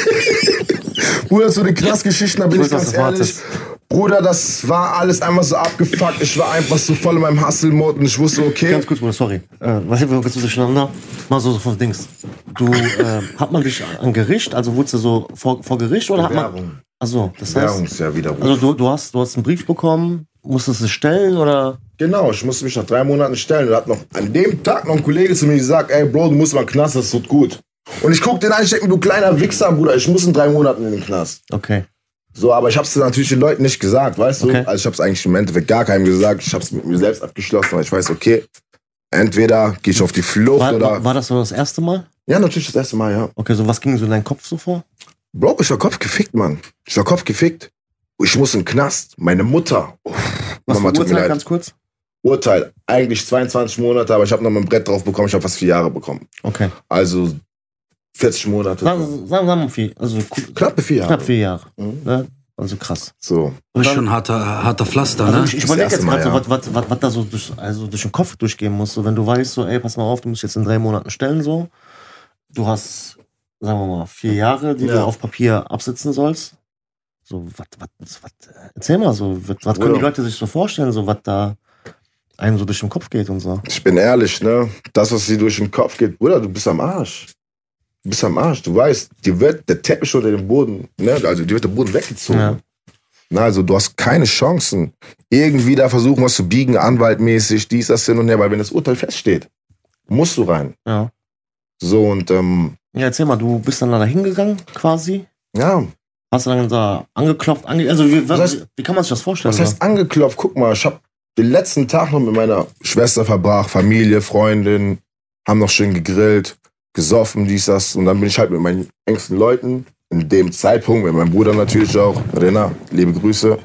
Bruder, zu den Knastgeschichten, da bin Ich ich weiß, ganz was du ehrlich. wartest. Bruder, das war alles einfach so abgefuckt. Ich war einfach so voll in meinem Hustle-Mode und ich wusste, okay. ganz kurz, Bruder, sorry. Äh, was wir kurz durcheinander? Mal so, so von Dings. Du, äh, hat man dich an Gericht, also wurdest du so vor, vor Gericht oder hat man. Währung. Achso, das heißt. Währungsjahrwiderruf. Also du, du, hast, du hast einen Brief bekommen, musstest es stellen oder. Genau, ich musste mich nach drei Monaten stellen. Da hat noch an dem Tag noch ein Kollege zu mir gesagt, ey Bro, du musst mal in den Knast, das tut gut. Und ich guck den an, ich denk mir, du kleiner Wichser, Bruder, ich muss in drei Monaten in den Knast. Okay. So, aber ich hab's natürlich den Leuten nicht gesagt, weißt du? Okay. Also ich hab's eigentlich im Endeffekt gar keinem gesagt. Ich hab's mit mir selbst abgeschlossen, weil ich weiß, okay, entweder gehe ich auf die Flucht War, oder... war, war das so das erste Mal? Ja, natürlich das erste Mal, ja. Okay, so was ging so in deinen Kopf so vor? Bro, ich war Kopf gefickt, Mann. Ich war Kopf gefickt. Ich muss in den Knast. Meine Mutter. Uff, Was Mama, für tut mir Urteil, leid. ganz kurz? Urteil. Eigentlich zweiundzwanzig Monate, aber ich habe noch mal ein Brett drauf bekommen. Ich habe fast vier Jahre bekommen. Okay. Also vierzig Monate. Sagen, sagen, sagen wir vier. Also ku- Knappe vier Jahre. knapp vier Jahre. Mhm. Ne? Also krass. So. Das ist schon harter, harter Pflaster, Also ne? ich, ich Das überlege erste jetzt Mal, gerade so, ja. was, was, was, was da so durch, also durch den Kopf durchgehen muss. So, wenn du weißt, so, ey, pass mal auf, du musst jetzt in drei Monaten stellen, so. Du hast, sagen wir mal, vier Jahre, die Ja. du auf Papier absitzen sollst. So, was, was, was, erzähl mal so, was, was können Ja. die Leute sich so vorstellen, so, was da einem so durch den Kopf geht und so. Ich bin ehrlich, ne? Das, was dir durch den Kopf geht, Bruder, du bist am Arsch. Du bist am Arsch. Du weißt, dir wird der Teppich unter dem Boden, ne? Also dir wird der Boden weggezogen. Ja. Na, also du hast keine Chancen. Irgendwie da versuchen, was zu biegen, anwaltmäßig, dies, das, hin und her, weil wenn das Urteil feststeht, musst du rein. Ja. So und, ähm, Ja, erzähl mal, du bist dann da hingegangen, quasi. ja, Hast du dann da angeklopft, ange also wie, was, Was heißt- wie kann man sich das vorstellen? was heißt angeklopft? Guck mal, ich hab den letzten Tag noch mit meiner Schwester verbracht, Familie, Freundin, haben noch schön gegrillt, gesoffen, dies, das. Und dann bin ich halt mit meinen engsten Leuten, in dem Zeitpunkt, mit meinem Bruder natürlich auch, Renner, liebe Grüße,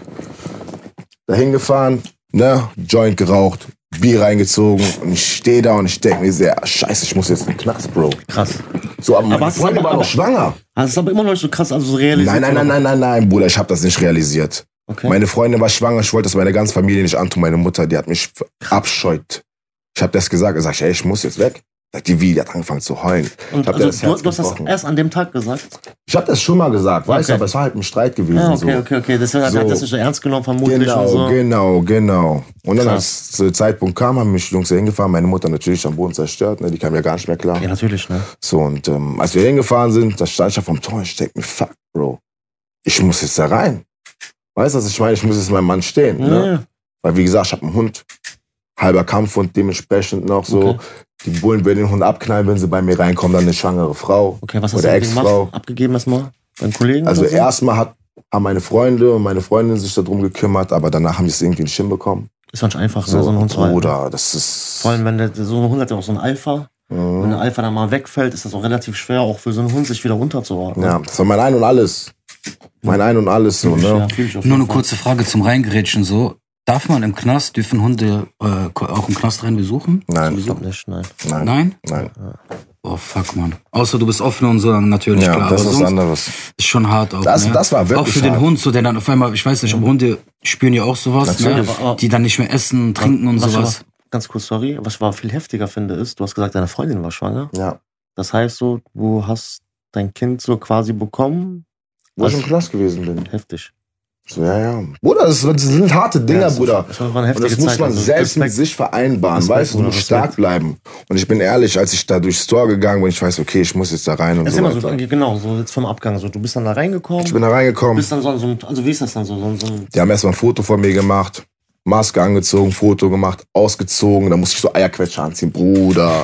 dahin gefahren, ne, Joint geraucht, Bier reingezogen und ich stehe da und ich denke mir sehr, scheiße, ich muss jetzt in den Knast, Bro. Krass. So, aber meine Aber hast du Freundin aber- war noch aber- schwanger. Also, es ist aber immer noch nicht so krass, also so realisiert. Nein, nein, nein, nein, nein, nein, Bruder, ich habe das nicht realisiert. Okay. Meine Freundin war schwanger, ich wollte das meiner ganzen Familie nicht antun. Meine Mutter, die hat mich abscheut. Ich habe das gesagt, ich sag, ey, ich muss jetzt weg. Sagt die, wie? Die hat angefangen zu heulen. Und Ich hab also, dir das du, Herz du hast das gebrochen. erst an dem Tag gesagt? Ich habe das schon mal gesagt, weißt du, Okay. aber es war halt ein Streit gewesen. Ah, okay, so. okay, okay. Deswegen hat So. er das nicht so ernst genommen, vermutlich. Genau, und so. genau, genau. Und dann, Krass. als der Zeitpunkt kam, haben mich die Jungs hier hingefahren. Meine Mutter natürlich am Boden zerstört, ne? Die kam ja gar nicht mehr klar. Ja, natürlich, ne? So, und ähm, als wir hingefahren sind, da stand ich ja vom Tor und ich denke mir, fuck, Bro, ich muss jetzt da rein. Weißt du, was ich meine? Ich muss jetzt meinem Mann stehen. Ja, Ne? ja. Weil, wie gesagt, ich habe einen Hund, halber Kampfhund, dementsprechend noch so. Okay. Die Bullen werden den Hund abknallen, wenn sie bei mir reinkommen, dann eine schwangere Frau. Okay, was hast Oder du mit dem Ex-Frau. gemacht? Abgegeben erstmal? Beim Kollegen? Also oder so? erstmal hat, haben meine Freunde und meine Freundin sich darum gekümmert, aber danach haben die es irgendwie nicht hinbekommen. Ist doch nicht einfach, So, ne, so einen Hund zu halten. Bruder, das ist... Vor allem, wenn der, so ein Hund hat ja auch so ein Alpha. Wenn Mhm. der Alpha dann mal wegfällt, ist das auch relativ schwer, auch für so einen Hund sich wieder runterzuordnen. Ja, das war mein Ein und Alles. Mein Ein und Alles so, Ja, ne? fühl ich auf Nur jeden eine Fall. kurze Frage zum Reingerätschen so. Darf man im Knast, dürfen Hunde äh, auch im Knast rein besuchen? Nein, Ich glaub nicht, nein. nein, Nein? nein. Oh fuck, Mann. Außer du bist offen und so, dann natürlich Ja, klar. das Aber ist was sonst anderes. ist schon hart auch. Das- ne? das war wirklich Auch für den hart. Hund, so der dann auf einmal, ich weiß nicht, aber Hunde spüren ja auch sowas, ne? Natürlich. Aber- Die dann nicht mehr essen, trinken und was sowas. Aber, ganz kurz, sorry, was ich aber viel heftiger finde, ist, du hast gesagt, deine Freundin war schwanger. Ja. Das heißt so, du hast dein Kind so quasi bekommen. Wo ich Also- im Knast gewesen bin. Heftig. So, ja, ja. Bruder, das, das sind harte Dinger, Ja, das ist- Bruder. das war eine Und heftige das muss Zeit, man also selbst mit Respekt. sich vereinbaren, Respekt, weißt du, du Bruder, musst Respekt. stark bleiben. Und ich bin ehrlich, als ich da durchs Tor gegangen bin, ich weiß, okay, ich muss jetzt da rein und Erzähl so mal so, weiter. genau, so jetzt vom Abgang. So, du bist dann da reingekommen, Ich bin da reingekommen, bist dann so, so ein, also wie ist das dann so? so, so ein, die haben erstmal ein Foto von mir gemacht, Maske angezogen, Foto gemacht, ausgezogen, da musste ich so Eierquetscher anziehen, Bruder.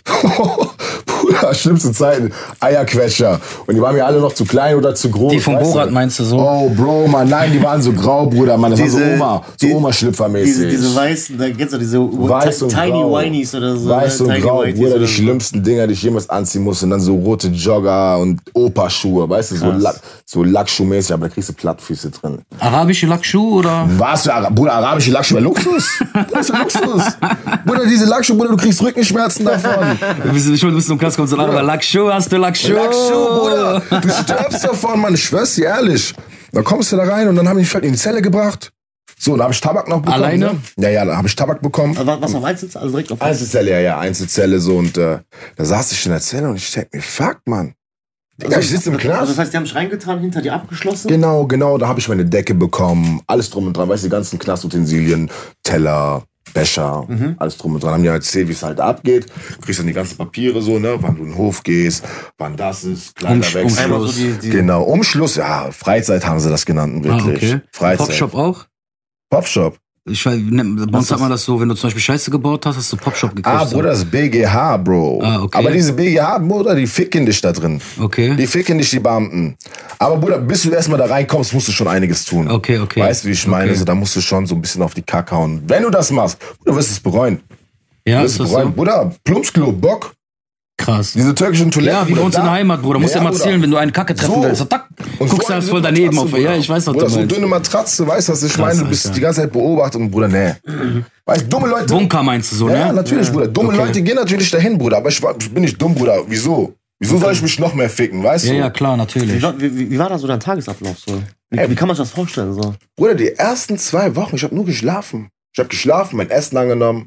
Bruder, schlimmste Zeiten, Eierquetscher. Und die waren mir alle noch zu klein oder zu groß. Die von weißt Borat du? meinst du so? Oh, Bro, Mann, nein, die waren so grau, Bruder, Mann, das Diese- war so Oma, so die- Oma-Schlüpfermäßig. diese, diese weißen, da kennst du diese Weiß und Tiny grau. Whinies oder so. Weiß ne? und Tiny grau, Whities Bruder, oder die so. schlimmsten Dinger, die ich jemals anziehen musste. Und dann so rote Jogger und Opa-Schuhe, weißt du, so, Krass. Lack, so Lackschuhmäßig, aber da kriegst du Plattfüße drin. Arabische Lackschuh oder? Was für Ara Bruder, arabische Lackschuhe, Luxus? Das ist Luxus. Bruder, diese Lackschuhe, Bruder, du kriegst Rückenschmerzen davon. Du bist schon bis zum Knast kommt so an, aber Lackschuh, hast du Lackschuh? Lackschuhe, Bruder, du stirbst davon, Mann, ich schwör's dir ehrlich. Dann kommst du da rein und dann haben die mich halt in die Zelle gebracht. So, dann habe ich Tabak noch bekommen. Alleine? Ne? Ja, ja, dann habe ich Tabak bekommen. Aber was auf Einzel, also direkt auf Einzelzelle, ja, ja, Einzelzelle so und äh, da saß ich in der Zelle und ich denk mir, fuck, Mann. Digga, ich sitze im Knast. Also das heißt, die haben mich reingetan, hinter dir abgeschlossen? Genau, genau, da habe ich meine Decke bekommen, alles drum und dran, weißt du, die ganzen Knastutensilien, Teller, Becher, Mhm. alles drum und dran. Haben die halt erzählt, wie es halt abgeht. Kriegst dann die ganzen Papiere so, ne, wann du in den Hof gehst, wann das ist, kleiner Umsch- Wechsel. Einmal so die, die Genau, Umschluss, ja, Freizeit haben sie das genannt, Ah, wirklich. okay. Freizeit. Popshop auch? Popshop. Ich weiß, ne, bei Was uns hat man ist- das so, wenn du zum Beispiel Scheiße gebaut hast, hast du Popshop gekriegt. Ah, so. Bruder, das ist B G H, Bro. Ah, okay. Aber diese B G H, Bruder, die ficken dich da drin. Okay. Die ficken dich, die Beamten. Aber Bruder, bis du erstmal da reinkommst, musst du schon einiges tun. Okay, okay. Weißt du, wie ich meine? Okay. Also, da musst du schon so ein bisschen auf die Kacke hauen. Wenn du das machst, Bruder, wirst du es bereuen. Ja, Du wirst ist es das bereuen. so? Bruder, Plumpsklo, Bock, Krass. diese türkischen Toiletten. Ja, wie bei Bruder, uns in da- der Heimat, Bruder. Musst Ja, ja mal Bruder. zählen, wenn du eine Kacke treffen So. willst. So, tack, Und guckst so du eine das voll dünne daneben Matratze, auf. Ja, Bruder. ich weiß, was Bruder, du so eine meinst. dünne Matratze, weißt du, was ich Krass, meine? Du bist Alter. die ganze Zeit beobachtet und Bruder, nee. Weißt du, dumme Leute. Bunker meinst du so, Ja, ne? natürlich, Bruder. Dumme Okay. Leute gehen natürlich dahin, Bruder. Aber ich, war- ich bin nicht dumm, Bruder. Wieso? Wieso soll ich mich noch mehr ficken, weißt Ja, du? ja, klar, wie, natürlich. war- wie, wie, wie war da so dein Tagesablauf so? Wie, Ey. wie kann man sich das vorstellen? So? Bruder, die ersten zwei Wochen, ich habe nur geschlafen. Ich habe geschlafen, mein Essen angenommen.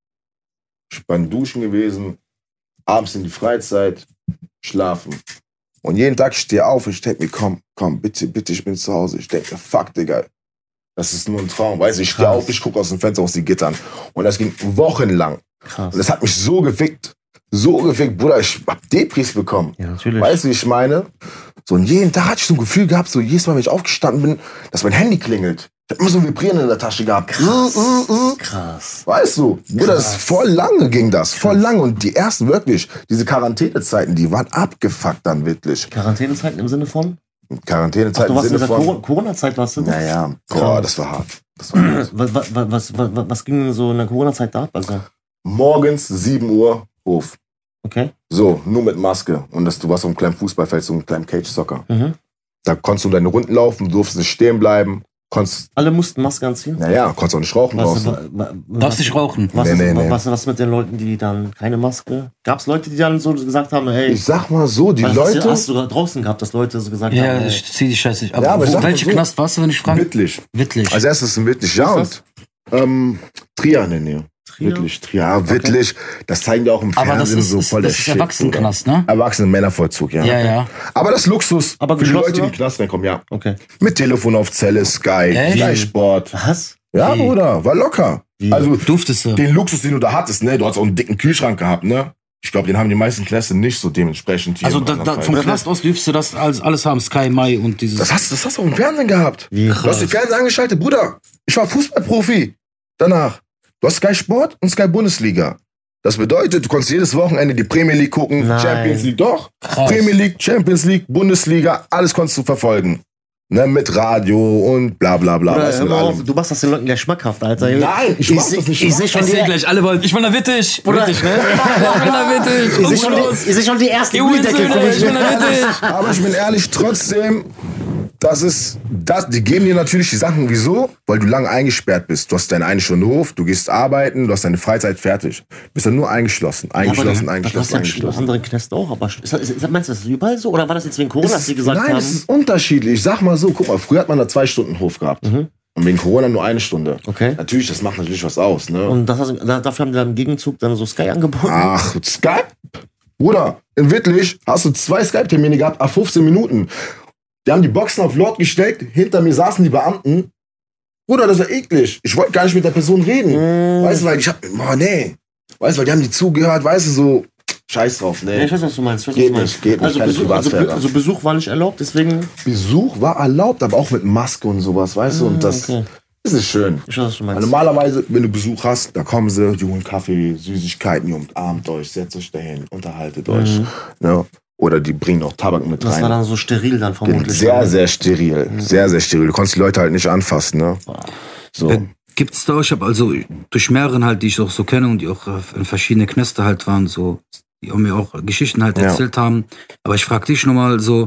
Ich bin duschen gewesen. Abends in die Freizeit. Schlafen. Und jeden Tag ich stehe auf und ich denke mir, komm, komm, bitte, bitte, ich bin zu Hause. Ich denke mir, fuck, Digga. Das ist nur ein Traum. Weißt du, ich stehe auf, ich gucke aus dem Fenster, aus den Gittern. Und das ging wochenlang. Krass. Und das hat mich so gefickt. So gefickt, Bruder, ich hab Depris bekommen. Ja, natürlich. Weißt du, wie ich meine? So, und jeden Tag hatte ich so ein Gefühl gehabt, so jedes Mal, wenn ich aufgestanden bin, dass mein Handy klingelt. Ich hab immer so ein Vibrieren in der Tasche gehabt. Krass. Mm, mm, mm. Krass. Weißt du, Bruder, das Krass. ist voll lange ging das, voll lange. Und die ersten wirklich, diese Quarantänezeiten, die waren abgefuckt dann wirklich. Quarantänezeiten im Sinne von? Ach, Quarantänezeiten du im warst in Sinne der von... Cor- Corona-Zeit, warst du? Naja, boah, Krass. das war hart. Das war hart. Was, was, was, was, was ging denn so in der Corona-Zeit da ab? Also, Morgens sieben Uhr, Hof. okay. So, nur mit Maske. Und das, du warst auf einem kleinen Fußballfeld, so einem kleinen Cage-Soccer. Mhm. Da konntest du deine Runden laufen, durfst nicht stehen bleiben. Konntest, Alle mussten Maske anziehen? naja, konntest auch nicht rauchen Was, draußen. wa, wa, Darfst nicht rauchen. Was, Nee, ist, nee, nee. was, was mit den Leuten, die dann keine Maske? Gab es Leute, die dann so gesagt haben, hey, Ich sag mal so, die was Leute... hast du hast du sogar draußen gehabt, dass Leute so gesagt Ja, haben, hey, ich zieh die Scheiße nicht ab. Ja, aber ich Wo, sag mal welche so- Knast warst du, wenn ich frage? Wittlich. Wittlich. Als erstes in Wittlich, ja, Was ist und ähm, Trier in der Nähe. Trier? Wittlich, Trier, ja, Wittlich. Das zeigen die auch im aber das Fernsehen ist, so ist, voll der das ist Shit, Erwachsenenknast, ne? Bruder. Erwachsenen-Männervollzug, ja. Ja, ja. Aber das ist Luxus Aber für die geschlossen Leute, die in noch? den Knast reinkommen, ja. Okay. Mit Telefon auf Zelle, Sky, Echt? Sky Sport. Was? Ja, Wie? Bruder, war locker. Wie? Also, Durftest du. den Luxus, den du da hattest, ne, du hast auch einen dicken Kühlschrank gehabt, ne. Ich glaube, den haben die meisten Knäste nicht so dementsprechend hier. Also in da, da, Rheinland-Pfalz. vom Knast aus dürftest du das alles, alles haben. Sky, Mai und dieses... Das hast, das hast du auch im Fernsehen gehabt. Wie? Du hast den Fernseher angeschaltet, Bruder. Ich war Fußballprofi. Danach. Du hast Sky Sport und Sky Bundesliga. Das bedeutet, du konntest jedes Wochenende die Premier League gucken, Nein. Champions League, doch. Krass. Premier League, Champions League, Bundesliga, alles konntest du verfolgen. Ne, mit Radio und bla bla bla. Oder, weißt du, hör mit mal allem. auf, du machst das den Leuten gleich schmackhaft, Alter. Nein, ich mach seh- das nicht Ich sehe schmackhaft. schon, Ich die- sehe gleich, alle wollen... Ich bin da Wittich. Bruder, Wittich, ne? Ich bin da Wittich. ich seh schon, Umschluss. die- ich seh schon die erste Die Mühldecke für Uhrzöne, ich mich. bin da Wittich. Aber ich bin ehrlich, trotzdem, das ist, das, die geben dir natürlich die Sachen, wieso? Weil du lange eingesperrt bist. Du hast deine eine Stunde Hof, du gehst arbeiten, du hast deine Freizeit fertig. Du bist dann nur eingeschlossen, eingeschlossen, Das hast eingeschlossen, du ja in eingeschlossen. anderen Knästen auch. Aber ist das, ist, das- meinst du, das ist überall so? Oder war das jetzt wegen Corona, dass sie gesagt Nein, haben? es ist unterschiedlich. Ich sag mal so, guck mal, früher hat man da zwei Stunden Hof gehabt. Mhm. Und wegen Corona nur eine Stunde. Okay. Natürlich, das macht natürlich was aus, ne? Und das, hast- da- dafür haben die dann im Gegenzug dann so Sky angeboten? Ach, Skype? Bruder, in Wittlich hast du zwei Skype-Termine gehabt, a fünfzehn Minuten. Die haben die Boxen auf Laut gestellt, hinter mir saßen die Beamten. Bruder, das war eklig. Ich wollte gar nicht mit der Person reden. Mm. Weißt du, weil ich hab, boah, nee. Weißt du, weil die haben die zugehört, weißt du, so, scheiß drauf, Ja, nee. ich weiß, was du meinst. Ich weiß, Geht was du meinst. nicht, geht nicht, Also keine Besuch, also, Privatsphäre. Be- also Besuch war nicht erlaubt, deswegen. Besuch war erlaubt, aber auch mit Maske und sowas, weißt du, und das, Okay. das ist schön. Ich weiß, was du Weil meinst. normalerweise, wenn du Besuch hast, da kommen sie, die holen Kaffee, Süßigkeiten, ihr umarmt euch, setzt euch dahin, unterhaltet euch. Mhm. Ja. Oder die bringen auch Tabak mit Das war rein. dann so steril dann vermutlich. Sehr, sehr steril. Sehr, sehr steril. Du konntest die Leute halt nicht anfassen, ne? So. Äh, Gibt's da, ich habe also durch mehreren halt, die ich auch so kenne und die auch äh, in verschiedene Knäste halt waren, so, die auch mir auch Geschichten halt Ja. erzählt haben. Aber ich frage dich nochmal so,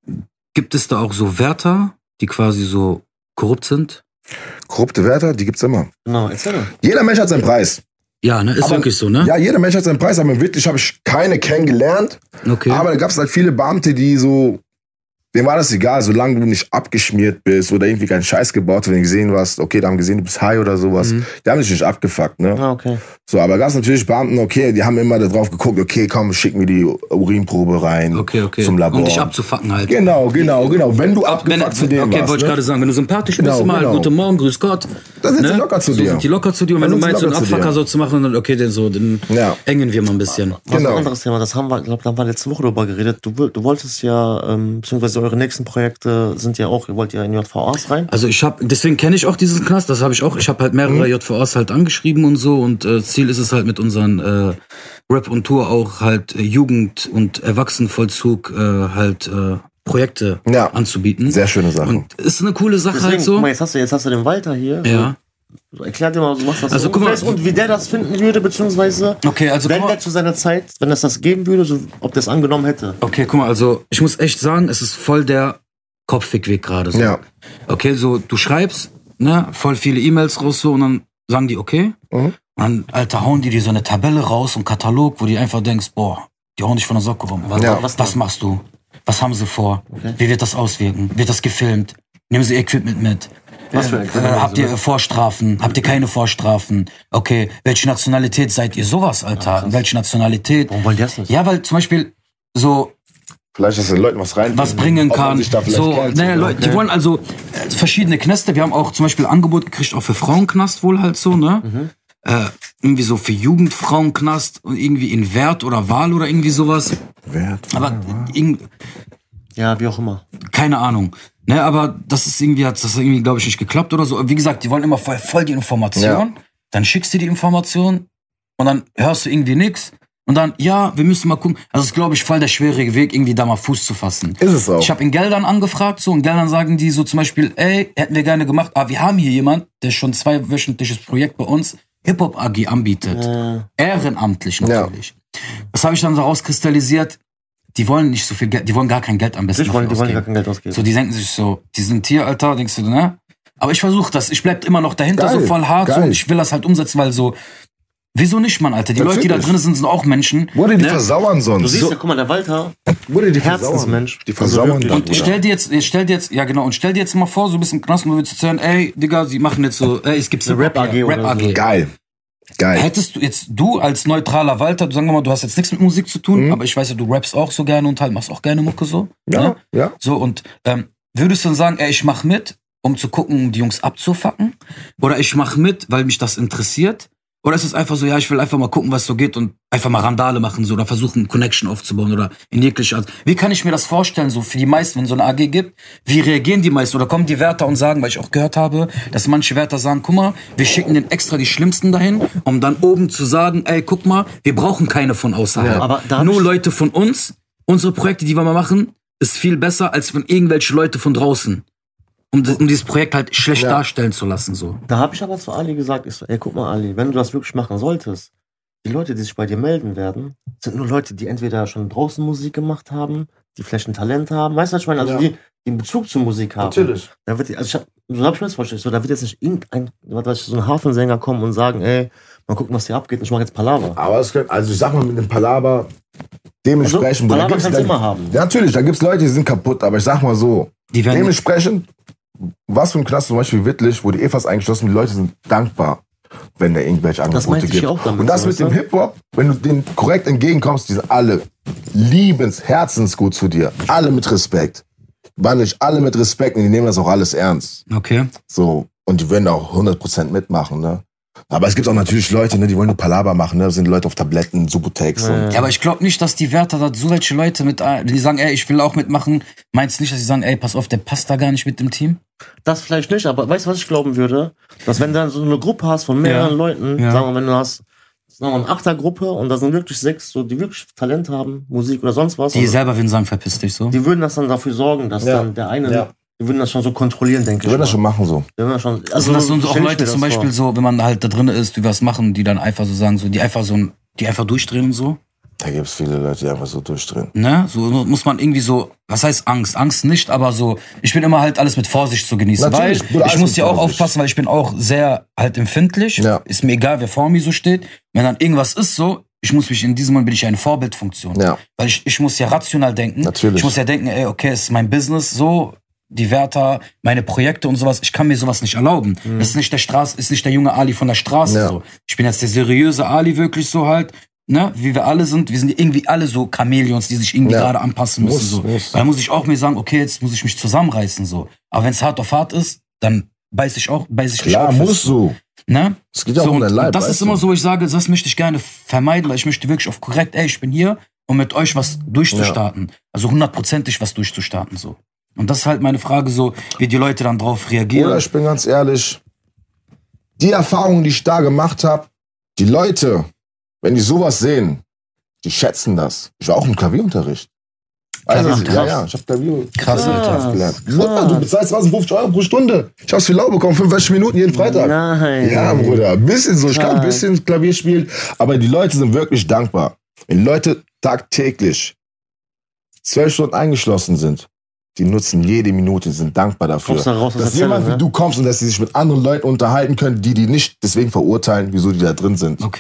gibt es da auch so Wärter, die quasi so korrupt sind? Korrupte Wärter, die gibt's immer. Genau, erzähl doch. Jeder Mensch hat seinen Preis. Ja, ne, ist Aber- wirklich so, ne? Ja, jeder Mensch hat seinen Preis, aber wirklich habe ich keine kennengelernt. Okay. Aber da gab's halt viele Beamte, die so, denen war das egal, solange du nicht abgeschmiert bist oder irgendwie keinen Scheiß gebaut, wenn du gesehen hast, okay, da haben gesehen, du bist high oder sowas. Mhm. Die haben dich nicht abgefuckt, ne? Ah, okay. So, aber gab's natürlich Beamten, okay, die haben immer da drauf geguckt, okay, komm, schick mir die Urinprobe rein okay, okay. zum Labor. Um dich abzufacken halt. Genau, genau, genau. Wenn du Wenn, abgefuckt zu denen okay, warst, wollte ich ne? gerade sagen, wenn du sympathisch Genau, bist, mal genau. guten Morgen, grüß Gott. Dann sind sie Ne? locker zu so dir. sind die locker zu dir. Und wenn Dann du sind meinst, sie so einen locker zu Abfucker dir. so zu machen, dann okay, den so, den Ja. engen wir mal ein bisschen. Was Genau. ein anderes Thema, das haben wir, ich glaube, da haben wir letzte Woche drüber geredet. Du, woll- du wolltest ja, ähm, beziehungsweise eure nächsten Projekte sind ja auch, ihr wollt ja in J V As rein. Also ich habe, deswegen kenne ich auch diesen Knast, das habe ich auch. Ich habe halt mehrere J V As halt angeschrieben und so und äh, Ziel ist es halt mit unseren äh, Rap und Tour auch halt äh, Jugend- und Erwachsenenvollzug äh, halt äh, Projekte Ja. anzubieten. Sehr schöne Sache. Und ist eine coole Sache Deswegen, halt so. guck mal, jetzt hast du, jetzt hast du den Walter hier. Ja. So, erklär dir mal, so was das Also, so guck mal, ist und wie der das finden würde, beziehungsweise Okay, also wenn guck mal- der zu seiner Zeit, wenn es das geben würde, so, ob der es angenommen hätte. Okay, guck mal, also ich muss echt sagen, es ist voll der Kopfwegweg gerade so. Ja. Okay, so du schreibst, ne, voll viele E-Mails raus so und dann sagen die okay. Mhm. Und dann, Alter, hauen die dir so eine Tabelle raus, einen Katalog, wo du einfach denkst, boah, die hauen dich von der Socke rum. Was, Ja. was, was machst du? Was haben sie vor? Okay. Wie wird das auswirken? Wird das gefilmt? Nehmen Sie Equipment mit. Was für äh, Equipment? habt ihr Vorstrafen? Habt ihr keine Vorstrafen? Okay, welche Nationalität seid ihr? Sowas, Alter. Ach, welche Nationalität? Warum wollen die das nicht? Ja, weil zum Beispiel so Vielleicht, dass den Leuten was rein was bringen ob man kann. sich da vielleicht So, kennt, ne, oder? Leute, die wollen also äh, verschiedene Knäste. Wir haben auch zum Beispiel Angebot gekriegt, auch für Frauenknast wohl halt so, ne? Mhm. Äh, irgendwie so für Jugendfrauenknast und irgendwie in Wert oder Wahl oder irgendwie sowas. Wert, Aber irg- Ja, wie auch immer. keine Ahnung. Ne, aber das ist irgendwie, hat das irgendwie, glaube ich, nicht geklappt oder so. Wie gesagt, die wollen immer voll, voll die Information. Ja. Dann schickst du die Information und dann hörst du irgendwie nichts. Und dann, ja, wir müssen mal gucken. Also, es ist, glaube ich, voll der schwierige Weg, irgendwie da mal Fuß zu fassen. Ist es auch. Ich habe in Geldern angefragt, so, und Geldern sagen die so zum Beispiel, ey, hätten wir gerne gemacht, aber wir haben hier jemand, der schon zwei wöchentliches Projekt bei uns, Hip-Hop-A G anbietet. Äh, Ehrenamtlich natürlich. Das habe ich dann so rauskristallisiert, die wollen nicht so viel Geld, die wollen gar kein Geld am besten die wollen, dafür die wollen gar ausgeben. kein Geld ausgeben. So, die denken sich so, die sind hier, Alter, denkst du, ne? Aber ich versuche das, ich bleib immer noch dahinter, Geil, so voll hart, so, geil. und ich will das halt umsetzen, weil so, wieso nicht, Mann, Alter? Die Leute, die da Natürlich. drin sind, sind auch Menschen. Wurde die ne? versauern Du sonst? siehst ja, guck mal, der Walter, Wurde die versauern? Herzensmensch. Die versauern Also dann, Und ich Bruder. stell dir jetzt, ich stell dir jetzt, ja genau, und stell dir jetzt mal vor, so ein bisschen Knast, und du willst jetzt hören, ey, Digga, sie machen jetzt so, ey, es gibt Eine Rap-A G oder Rap-A G. so. Geil. Geil. Hättest du jetzt, du als neutraler Walter, sagen wir mal, du hast jetzt nichts mit Musik zu tun, Mhm. aber ich weiß ja, du rappst auch so gerne und halt machst auch gerne Mucke so. Ja, Ne? ja. So, und ähm, würdest du dann sagen, ey, ich mach mit, um zu gucken, um die Jungs abzufacken? Oder ich mach mit, weil mich das interessiert? Oder ist es einfach so, ja, ich will einfach mal gucken, was so geht und einfach mal Randale machen so oder versuchen, Connection aufzubauen oder in jeglicher Art. Wie kann ich mir das vorstellen, so für die meisten, wenn so eine A G gibt? Wie reagieren die meisten? Oder kommen die Wärter und sagen, weil ich auch gehört habe, dass manche Wärter sagen, guck mal, wir schicken den extra die Schlimmsten dahin, um dann oben zu sagen, ey, guck mal, wir brauchen keine von außerhalb. Ja, aber da hab Nur ich- Leute von uns, unsere Projekte, die wir mal machen, ist viel besser als von irgendwelche Leute von draußen. Um, um dieses Projekt halt schlecht Ja. darstellen zu lassen, so. Da habe ich aber zu Ali gesagt, ich so, ey, guck mal, Ali, wenn du das wirklich machen solltest, die Leute, die sich bei dir melden werden, sind nur Leute, die entweder schon draußen Musik gemacht haben, die vielleicht ein Talent haben, weißt du, was ich meine? Also Ja. die, die einen Bezug zur Musik haben. Natürlich. Da wird, also ich hab, so hab ich mir das vorgestellt, so, da wird jetzt nicht irgendein, was weiß ich, so ein Hafensänger kommen und sagen, ey, mal gucken, was hier abgeht, und ich mach jetzt Palaver. Aber es könnte, also ich sag mal mit dem Palaver, dementsprechend. Also, da Palaver gibt's- kannst da- du immer haben. Ja, natürlich, da gibt's Leute, die sind kaputt, aber ich sag mal so, Die werden dementsprechend, was für ein Knast zum Beispiel Wittlich, wo die Evas eingeschlossen, die Leute sind dankbar, wenn der irgendwelche Das Angebote meinte ich gibt. ja auch damit, Und das so, mit dem weißt du? Hip-Hop, wenn du denen korrekt entgegenkommst, die sind alle liebens, herzensgut zu dir. Alle mit Respekt. Behandle ich alle mit Respekt und die nehmen das auch alles ernst. okay. So, und die werden auch hundert Prozent mitmachen, ne? Aber es gibt auch natürlich Leute, ne, die wollen nur Palaver machen, ne? Das sind Leute auf Tabletten, Subutex Ja. und Ja, aber ich glaube nicht, dass die Wärter da so welche Leute mit, ein- die sagen, ey, ich will auch mitmachen. Meinst du nicht, dass sie sagen, ey, pass auf, der passt da gar nicht mit dem Team? Das vielleicht nicht, aber weißt du, was ich glauben würde? Dass wenn du dann so eine Gruppe hast von mehreren Ja. Leuten, Ja. sagen wir, wenn du hast, sagen wir mal, eine Achtergruppe und da sind wirklich sechs, so, die wirklich Talent haben, Musik oder sonst was. Die und selber würden sagen, verpiss dich so. die würden das dann dafür sorgen, dass Ja. dann der eine, Ja. die würden das schon so kontrollieren, denke die ich. würden das mal. schon machen so. Die würden das schon, Also das sind so auch stell ich mir Leute das zum Beispiel vor. so, wenn man halt da drin ist, die was machen, die dann einfach so sagen, so, die einfach so, die einfach durchdrehen und so. Da gibt's viele Leute, die einfach so durchdrehen. Ne? So muss man irgendwie so, was heißt Angst? Angst nicht, aber so, ich bin immer halt alles mit Vorsicht zu genießen. Natürlich, weil Bruder, ich alles muss mit ja auch Vorsicht. aufpassen, weil ich bin auch sehr halt empfindlich. Ja. Ist mir egal, wer vor mir so steht. Wenn dann irgendwas ist so, ich muss mich in diesem Moment bin ich ja eine Vorbildfunktion. Ja. Weil ich, ich muss ja rational denken. Natürlich. Ich muss ja denken, ey, okay, es ist mein Business, so, die Wärter, meine Projekte und sowas, ich kann mir sowas nicht erlauben. Das ist nicht der Straße, ist nicht der junge Ali von der Straße Ja. so. Ich bin jetzt der seriöse Ali wirklich so halt, ne, wie wir alle sind. Wir sind irgendwie alle so Chamäleons, die sich irgendwie Ja. gerade anpassen müssen. Muss, so. muss. Da muss ich auch mir sagen, okay, jetzt muss ich mich zusammenreißen so. Aber wenn es hart auf hart ist, dann beiß ich auch, beiß ich mich Klar, auch fest. musst du. Ne? Es geht ja So, auch um und, dein Leib. und das weißt ist immer du? so, wo ich sage, das möchte ich gerne vermeiden, weil ich möchte wirklich auf korrekt, ey, ich bin hier, um mit euch was durchzustarten. Also hundertprozentig was durchzustarten, so. Und das ist halt meine Frage so, wie die Leute dann drauf reagieren. Oder ich bin ganz ehrlich, die Erfahrungen, die ich da gemacht habe, die Leute, wenn die sowas sehen, die schätzen das. Ich war auch im Klavierunterricht. Also, Krass. ja, ja, ich habe Klavier Krass, Klavierunterricht gelernt. Bruder, krass. du bezahlst fünfzig Euro pro Stunde. Ich hab's viel lau bekommen, fünfunddreißig Minuten jeden Freitag. Nein. Ja, Bruder, ein bisschen so. Ich kann ein Krass. bisschen Klavier spielen, aber die Leute sind wirklich dankbar. Wenn Leute tagtäglich zwölf Stunden eingeschlossen sind, die nutzen jede Minute, sind dankbar dafür. Kommst da raus aus dass der Zelle, jemand wie ne? du kommst und dass sie sich mit anderen Leuten unterhalten können, die die nicht deswegen verurteilen, wieso die da drin sind. Okay.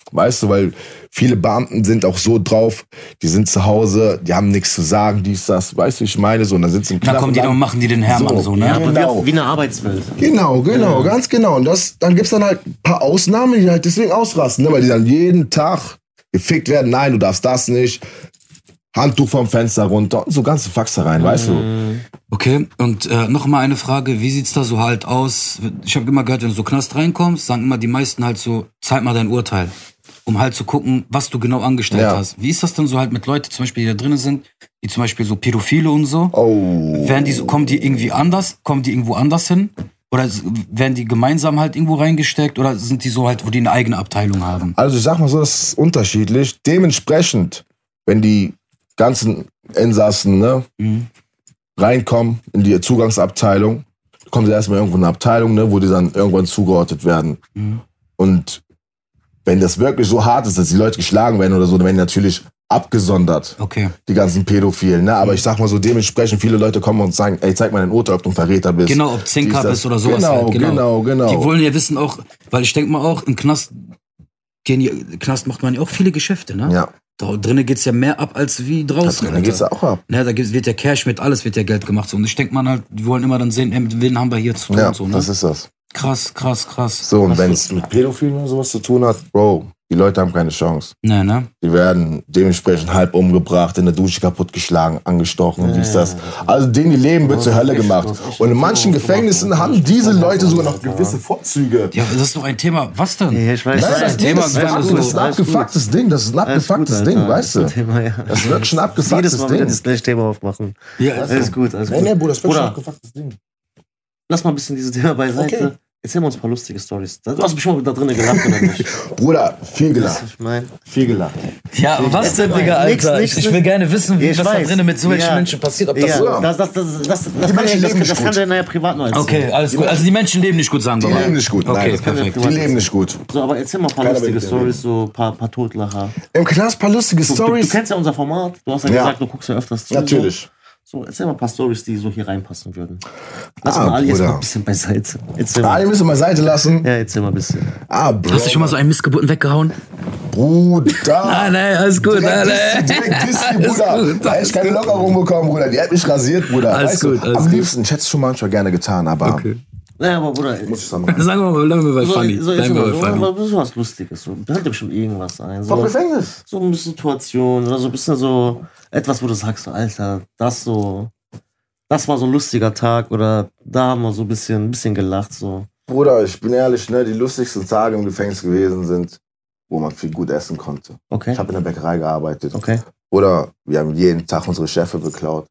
Weißt du, weil viele Beamten sind auch so drauf, die sind zu Hause, die haben nichts zu sagen, dies, das, weißt du, ich meine so, und dann sitzen im Da kommen die dann und machen die den Hermann so, so ne? Ja, aber Genau. wie, wie eine Arbeitswelt. Genau, genau, Ja. ganz genau. Und das, dann gibt's dann halt ein paar Ausnahmen, die halt deswegen ausrasten, ne? Weil die dann jeden Tag gefickt werden, nein, du darfst das nicht, Handtuch vom Fenster runter und so ganze Faxe rein, weißt du. Okay, und äh, noch mal eine Frage, wie sieht's da so halt aus? Ich habe immer gehört, wenn du so Knast reinkommst, sagen immer die meisten halt so, zeig mal dein Urteil, um halt zu gucken, was du genau angestellt Ja. hast. Wie ist das denn so halt mit Leuten, zum Beispiel, die da drinnen sind, die zum Beispiel so Pädophile und so? Oh. Werden die so, kommen die irgendwie anders? Kommen die irgendwo anders hin? Oder s- werden die gemeinsam halt irgendwo reingesteckt? Oder sind die so halt, wo die eine eigene Abteilung haben? Also ich sag mal so, das ist unterschiedlich. Dementsprechend, wenn die ganzen Insassen, ne, Mhm. reinkommen in die Zugangsabteilung, kommen sie erstmal irgendwo in eine Abteilung, ne, wo die dann irgendwann zugeordnet werden. Mhm. Und wenn das wirklich so hart ist, dass die Leute geschlagen werden oder so, dann werden die natürlich abgesondert, Okay. die ganzen Pädophilen. Ne? Aber ich sag mal so, dementsprechend viele Leute kommen und sagen, ey, zeig mal dein Urteil, ob du ein Verräter bist. Genau, ob Zinker Dies, das. bist oder sowas Genau, halt. genau, genau. Die wollen ja wissen auch, weil ich denke mal auch, im Knast, gehen die, Knast macht man ja auch viele Geschäfte, ne? Ja, Da drinnen geht's ja mehr ab als wie draußen. dann geht's Alter. ja auch ab. Ne, da gibt's, wird ja Cash mit, alles wird ja Geld gemacht. So. Und ich denke mal halt, die wollen immer dann sehen, ey, mit wen haben wir hier zu tun. Ja, und so, ne? das ist das. Krass, krass, krass. So, und wenn es mit Pädophilen und sowas zu tun hat, Bro, die Leute haben keine Chance. Ne, ne? Die werden dementsprechend halb umgebracht, in der Dusche kaputtgeschlagen, angestochen, dies, das. Also denen, die leben, wird zur Hölle gemacht. Und in manchen Gefängnissen haben diese Leute sogar noch gewisse Vorzüge. Ja, das ist doch ein Thema. Was denn? Ja, ich weiß. Nein, das das, ein Ding, Thema, das, ist, wenn ein- du so- das ist ein Alles abgefucktes Ding, das ist ein Alles gut, abgefucktes Alter. Ding, weißt du? Das ist ein Thema, ja. Das ist wirklich ein Jedes abgefucktes Mal wieder Ding. das gleiche Thema aufmachen. Ja, Alles gut, alles Nee, gut. nee, Bruder, das ist wirklich ein Bruder, abgefucktes Ding. lass mal ein bisschen dieses Thema beiseite. Okay. Erzähl mal uns ein paar lustige Storys. Du hast bestimmt da drinnen gelacht, oder nicht? Bruder, viel gelacht. Ich meine, Viel gelacht. Ja, aber was denn, Nix, Digga, Alter? nix, ich, ich will gerne wissen, wie Ich was da weiß. drinnen mit so welchen Ja. Menschen passiert. Ob das ja, so. so- das, das, das, das, das, Die kann, Menschen das, leben das nicht kann gut. der nachher privat noch erzählen. Okay, alles gut. Also die Menschen leben nicht gut, sagen wir Die mal. leben nicht gut. Okay, Nein, das kann perfekt. Die leben nicht gut. So, aber erzähl mal ein paar Keiner lustige will mit dir Stories, so ein paar, paar Totlacher. Im Knast ein paar lustige Du, du, du Stories. kennst ja unser Format. Du hast ja, Ja. gesagt, du guckst ja öfters zu. Natürlich. So, erzähl mal ein paar Stories, die so hier reinpassen würden. Lass Ah, mal alle jetzt Bruder. mal ein bisschen beiseite. Erzähl Alle mal. müssen wir beiseite lassen. Ja, erzähl mal ein bisschen. Ah, Bro. Hast du schon mal so einen Missgeburten weggehauen? Bruder. Ah, nee, alles gut, Direkt alle. Dissi, direkt Dissi, Alles Bruder. gut, Da hätte ich keine Lockerung bekommen, Bruder. Die hat mich rasiert, Bruder. Alles Weißt gut, du? alles Am gut. liebsten, ich hätte es schon manchmal gerne getan, aber Naja, aber Bruder, muss ich sagen. Sagen wir mal, bleiben wir bei so, Funny. so, erzähl Bleiben wir mal, bei so, Funny. aber so was Lustiges. So, da fällt dir bestimmt irgendwas ein. Vom So, Gefängnis. so eine Situation oder so ein bisschen so etwas, wo du sagst, so, Alter, das so, das war so ein lustiger Tag oder da haben wir so ein bisschen, ein bisschen gelacht. So. Bruder, ich bin ehrlich, ne, die lustigsten Tage im Gefängnis gewesen sind, wo man viel gut essen konnte. Okay. Ich habe in der Bäckerei gearbeitet. Okay. Oder wir haben jeden Tag unsere Chefe beklaut.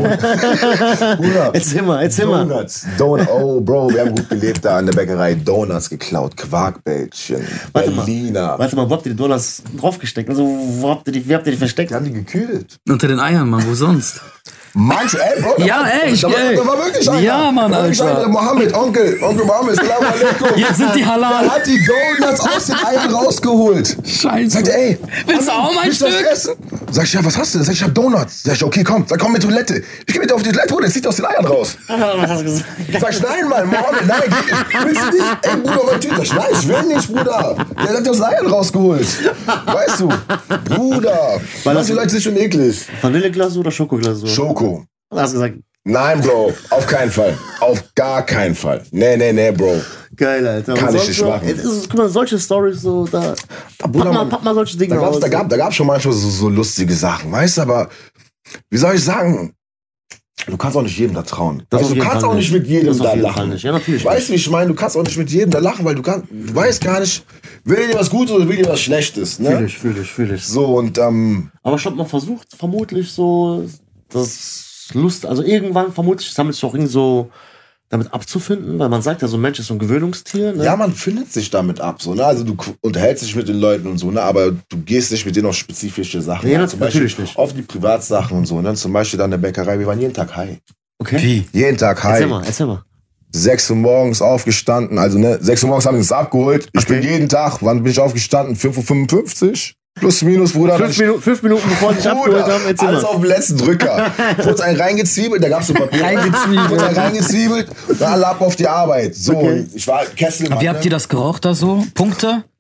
Bruder, Erzähl mal, erzähl mal. Donuts. Donuts. Oh, Bro, wir haben gut gelebt da in der Bäckerei. Donuts geklaut, Quarkbällchen, Warte mal. Berliner. Warte mal, wo habt ihr die Dollars draufgesteckt? Also, wo habt ihr die, wie habt ihr die versteckt? Die haben die gekühlt. Unter den Eiern, Mann, wo sonst? Manche, ey, Bro. da Ja, war- ey, ich- da war, ey. da war wirklich einer. Ja, Mann, da war wirklich Alter. einer, der Mohammed, Onkel, Onkel Mohammed, Salam alaikum. Jetzt sind die halal. Der hat die Donuts aus den Eiern rausgeholt. Scheiße. Sagt er, ey, Willst du Mann, auch mein willst du das Stück? essen? Sag ich, ja, was hast du? Sag ich, ich hab Donuts. Sag ich, okay, komm. Sag, komm mit Toilette. Ich geh mit dir auf die Toilette, Bruder, das zieht aus den Eiern raus. Was hast du gesagt? Sag ich, nein, Mann, Mohammed, nein, geht nicht. Willst du nicht? Ey, Bruder, mein Typ. Sag ich, nein, ich will nicht, Bruder. Der hat die aus den Eiern rausgeholt. Weißt du? Bruder. Manche Leute sind schon eklig. Vanilleglasur oder Schokoglasur? Schoko. Du hast gesagt, Nein, Bro, auf keinen Fall. Auf gar keinen Fall. Nee, nee, nee, Bro. geil, Alter. Kann Und ich sonst nicht so, machen. es ist, guck mal, solche Stories so, da. Pack Bruder, mal, Mann, pack mal solche Dinge Da gab's, aus. da gab, da gab's schon manchmal so, so lustige Sachen, weißt du, aber wie soll ich sagen? Du kannst auch nicht jedem da trauen. Das Weißt, auf du jeden kannst Fall auch nicht mit Das jedem auf da jeden Fall lachen. nicht. Ja, natürlich. Weißt du, wie ich meine? Du kannst auch nicht mit jedem da lachen, weil du kannst, du weißt gar nicht, will dir was Gutes oder will dir was Schlechtes, Fühl ne? ich, fühl ich, fühl ich. So, und, ähm, Aber ich hab mal versucht, vermutlich so, das Lust, also irgendwann vermutlich sammelt sich auch irgendwie so damit abzufinden, weil man sagt ja, so ein Mensch ist so ein Gewöhnungstier, ne? ja, man findet sich damit ab, so, ne? Also du k- unterhältst dich mit den Leuten und so, ne? Aber du gehst nicht mit denen auf spezifische Sachen. Ja, ein. Zum Beispiel natürlich nicht. auf die Privatsachen und so, ne? Zum Beispiel dann in der Bäckerei, wir waren jeden Tag high. Okay. Wie? Jeden Tag high. Erzähl mal, erzähl mal. sechs Uhr morgens aufgestanden, also ne, sechs Uhr morgens haben sie uns abgeholt. Ich Okay. bin jeden Tag, wann bin ich aufgestanden? fünf Uhr fünfundfünfzig? Plus, minus, Bruder. Fünf Minuten, fünf Minuten bevor die dich Bruder, abgeholt haben, erzähl alles mal. auf den letzten Drücker. Kurz einen reingezwiebelt, da gab's so Papier. Reingezwiebelt. Kurz einen reingezwiebelt, dann alle ab auf die Arbeit. So, Okay. ich war Kessel. Wie habt ihr das geraucht da so? Punkte?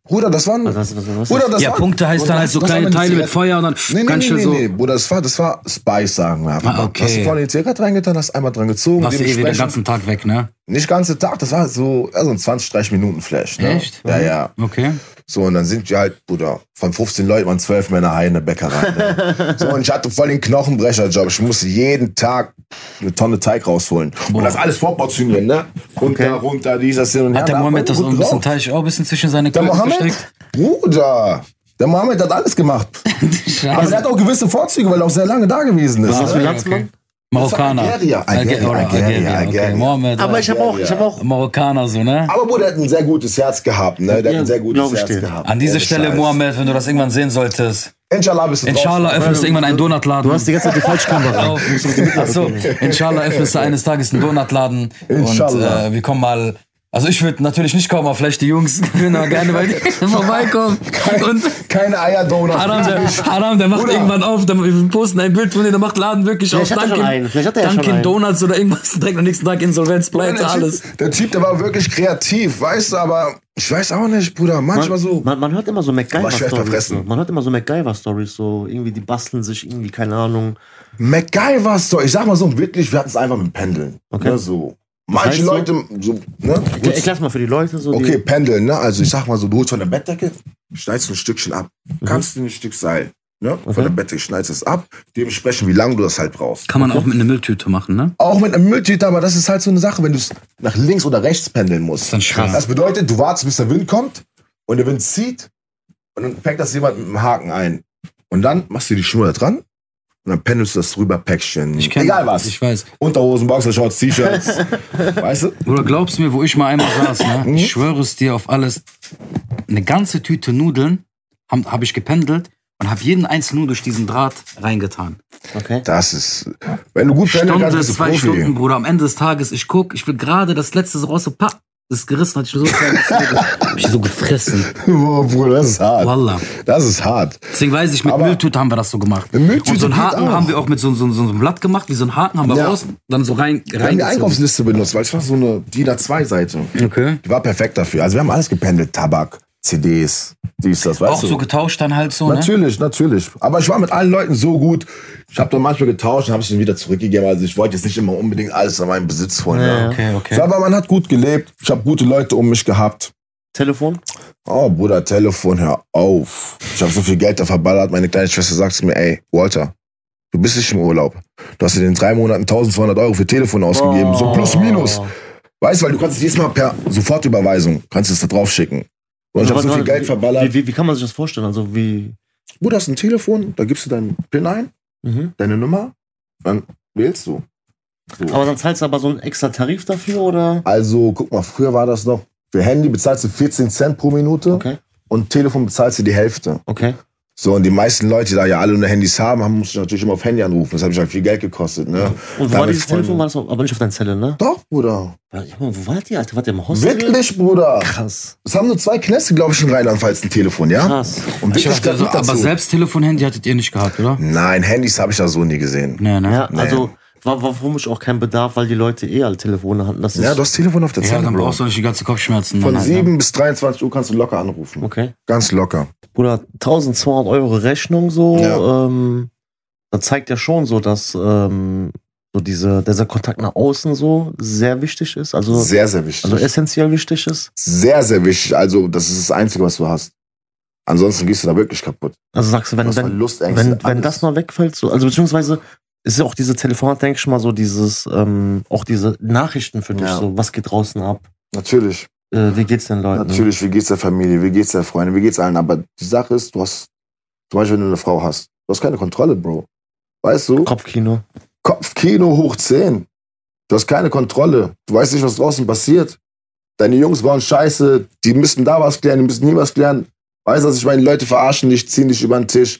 Bruder, das waren. Also was, was, was Bruder, das Ja, waren, Punkte heißt dann halt so das kleine waren Teile mit Zigaretten. Feuer und dann Nee, nee, ganz nee, schnell nee, so. nee, Bruder, das war, das war Spice, sagen wir einfach. Ah, okay. Hast du vorne die Zigarette reingetan, hast einmal dran gezogen. Warst du eh wieder den dementsprechend- ganzen Tag weg, ne? Nicht den ganzen Tag, das war so, ja, so ein zwanzig, dreißig Minuten Flash. Ne? Echt? Ja, ja. Okay. So, und dann sind wir halt, Bruder, von fünfzehn Leuten waren zwölf Männer heim in der Bäckerei. Ne? So, und ich hatte voll den Knochenbrecherjob. Ich musste jeden Tag eine Tonne Teig rausholen. Boah. Und das alles vorportionieren, ne? Runter, Okay. runter, dieser, hin und her. Hat der Da Mohammed das gut so ein bisschen drauf. Teig auch ein bisschen zwischen seine Der Klöten Mohammed? versteckt? Bruder, der Mohammed hat alles gemacht. Aber er hat auch gewisse Vorzüge, weil er auch sehr lange da gewesen ist. Was für ne? ein Landsmann? Marokkaner. Algerier, Alge- Algerier, oder Algerier, Algerier, okay. Algerier. Mohammed. Aber ich habe auch, ich habe auch. Marokkaner so, ne? Aber Bruder hat ein sehr gutes Herz gehabt, ne? Der Ja, hat ein sehr gutes glaub ich Herz dir. gehabt. An dieser Ohne Stelle, Scheiß. Mohammed, wenn du das irgendwann sehen solltest. Inshallah bist du Inshallah draußen. öffnest du irgendwann einen Donutladen. Du hast die ganze Zeit die Falschkamera. Auf. Achso, inshallah öffnest du eines Tages einen Donutladen. Und Inshallah. äh, wir kommen mal. Also ich würde natürlich nicht kommen, aber vielleicht die Jungs würden auch gerne bei dir vorbeikommen. Und Keine Eierdonut. Haram, der, Haram, der macht Bruder. irgendwann auf, der, wir posten ein Bild von dir, der macht Laden wirklich auf. Vielleicht hat er schon einen, vielleicht hat er ja schon Dunkin' einen. Donuts oder irgendwas, direkt am nächsten Tag Insolvenz, Bruder, pleite, der alles. Typ, der Typ, der war wirklich kreativ, weißt du, aber ich weiß auch nicht, Bruder, manchmal Man, so. man, man hört immer so Aber schwer MacGyver-Stories. verfressen. So. Man hört immer so MacGyver-Stories, so irgendwie, die basteln sich irgendwie, keine Ahnung. MacGyver doch, ich sag mal so, wirklich, wir hatten es einfach mit Pendeln. Okay. Ne, so. Manche heißt so? Leute, so, ne? Ich erklär's mal für die Leute. So Okay, die, Pendeln, ne? Also ich sag mal so, du holst von der Bettdecke, schneidest ein Stückchen ab. Kannst du ein Stück Seil, ne? Okay. Von der Bettdecke schneidest es ab, dementsprechend, wie lange du das halt brauchst. Kann man auch mit einer Mülltüte machen, ne? Auch mit einem Mülltüte, aber das ist halt so eine Sache, wenn du es nach links oder rechts pendeln musst. Das ist dann schwer. Das bedeutet, du wartest, bis der Wind kommt und der Wind zieht und dann fängt das jemand mit dem Haken ein. Und dann machst du die Schnur da dran und dann pendelst du das drüber, Päckchen. Ich kenn Egal das, was. ich weiß. Unterhosen, Boxershorts, T-Shirts. Weißt du? Oder glaubst du mir, wo ich mal einmal saß, ne? Ich schwöre es dir auf alles. Eine ganze Tüte Nudeln habe hab ich gependelt und habe jeden einzelnen durch diesen Draht reingetan. okay. Das ist, wenn du gut pendeln kannst, Stunde, bist du zwei Profi. Stunden, Bruder. Am Ende des Tages, ich guck, ich will gerade das letzte so raus, so papp, das gerissen hat ich so hab ich so gefressen. Boah, Bruder, das ist hart. Wallah. Das ist hart. Deswegen weiß ich, mit Aber- Mülltüte haben wir das so gemacht. Eine Mülltüte und so einen geht Haken auch. haben wir auch mit so, so, so einem Blatt gemacht, wie so ein Haken haben wir Ja. raus, dann so rein, Wir haben die rein. Einkaufsliste benutzt, weil es war so eine D I N A zwei Seite. Okay. Die war perfekt dafür. Also wir haben alles gependelt. Tabak, C Ds, dies, das, weißt Auch du. so getauscht dann halt so, ne? Natürlich, natürlich. Aber ich war mit allen Leuten so gut. Ich habe dann manchmal getauscht und habe ich dann wieder zurückgegeben. Also ich wollte jetzt nicht immer unbedingt alles an meinen Besitz holen. Ja, Okay, okay. Aber man hat gut gelebt. Ich habe gute Leute um mich gehabt. Telefon? Oh, Bruder, Telefon, hör auf. Ich habe so viel Geld da verballert. Meine kleine Schwester sagt zu mir, ey, Walter, du bist nicht im Urlaub. Du hast in den drei Monaten eintausendzweihundert Euro für Telefon ausgegeben. So plus, minus. Weißt du, weil du kannst es jedes Mal per Sofortüberweisung, kannst es da drauf schicken. Und ich habe so viel Geld verballert. Wie, wie, wie kann man sich das vorstellen? Also wie. Bruder, hast ein Telefon, da gibst du deinen PIN ein, Mhm. deine Nummer, dann wählst du. So. Aber dann zahlst du aber so einen extra Tarif dafür, oder? Also, guck mal, früher war das noch, für Handy bezahlst du vierzehn Cent pro Minute Okay. und Telefon bezahlst du die Hälfte. Okay. So, und die meisten Leute, die da ja alle nur Handys haben, haben mussten natürlich immer auf Handy anrufen. Das hat mich halt viel Geld gekostet, ne? Und wo Da war mit dieses Freunden- Telefon? War das auch, aber nicht auf deiner Zelle, ne? Doch, Bruder. Warte, ich meine, wo wart ihr, Alter? Wart ihr im Hostel? Wirklich, Bruder. Krass. Es haben nur zwei Knäste, glaube ich, in Rheinland-Pfalz ein Telefon, ja? Krass. Und Ich wirklich dachte, so, gut dazu. aber selbst Telefon-Handy hattet ihr nicht gehabt, oder? Nein, Handys habe ich da so nie gesehen. Nee, ne? Ja, Nee. also war, war für mich auch kein Bedarf, weil die Leute eh alle Telefone hatten. Das ist Ja, du hast Telefon auf der Ja, Zelle, dann Bro. brauchst du nicht die ganze Kopfschmerzen. Von dann halt, ne? sieben bis dreiundzwanzig Uhr kannst du locker anrufen. okay. Ganz locker. Bruder, eintausendzweihundert Euro Rechnung so, Ja. ähm, das zeigt ja schon so, dass ähm, so diese, dieser Kontakt nach außen so sehr wichtig ist, also, Sehr, sehr wichtig. also essentiell wichtig ist. sehr, sehr wichtig. Also, das ist das Einzige, was du hast. Ansonsten gehst du da wirklich kaputt. Also sagst du, Du wenn, hast wenn, Verlustängste, wenn, wenn alles. das noch wegfällt, so, also beziehungsweise ist ja auch diese Telefonat, denke ich mal, so dieses, ähm, auch diese Nachrichten für dich, Ja. so, was geht draußen ab? Natürlich. Äh, wie geht's den Leuten? Natürlich, wie geht's der Familie, wie geht's der Freunde, wie geht's allen. Aber die Sache ist, du hast, zum Beispiel, wenn du eine Frau hast, du hast keine Kontrolle, Bro. Weißt du? Kopfkino. Kopfkino hoch zehn. Du hast keine Kontrolle. Du weißt nicht, was draußen passiert. Deine Jungs bauen Scheiße, die müssen da was klären, die müssen nie was klären. Weißt du, was ich meine? Die Leute verarschen dich, ziehen dich über den Tisch.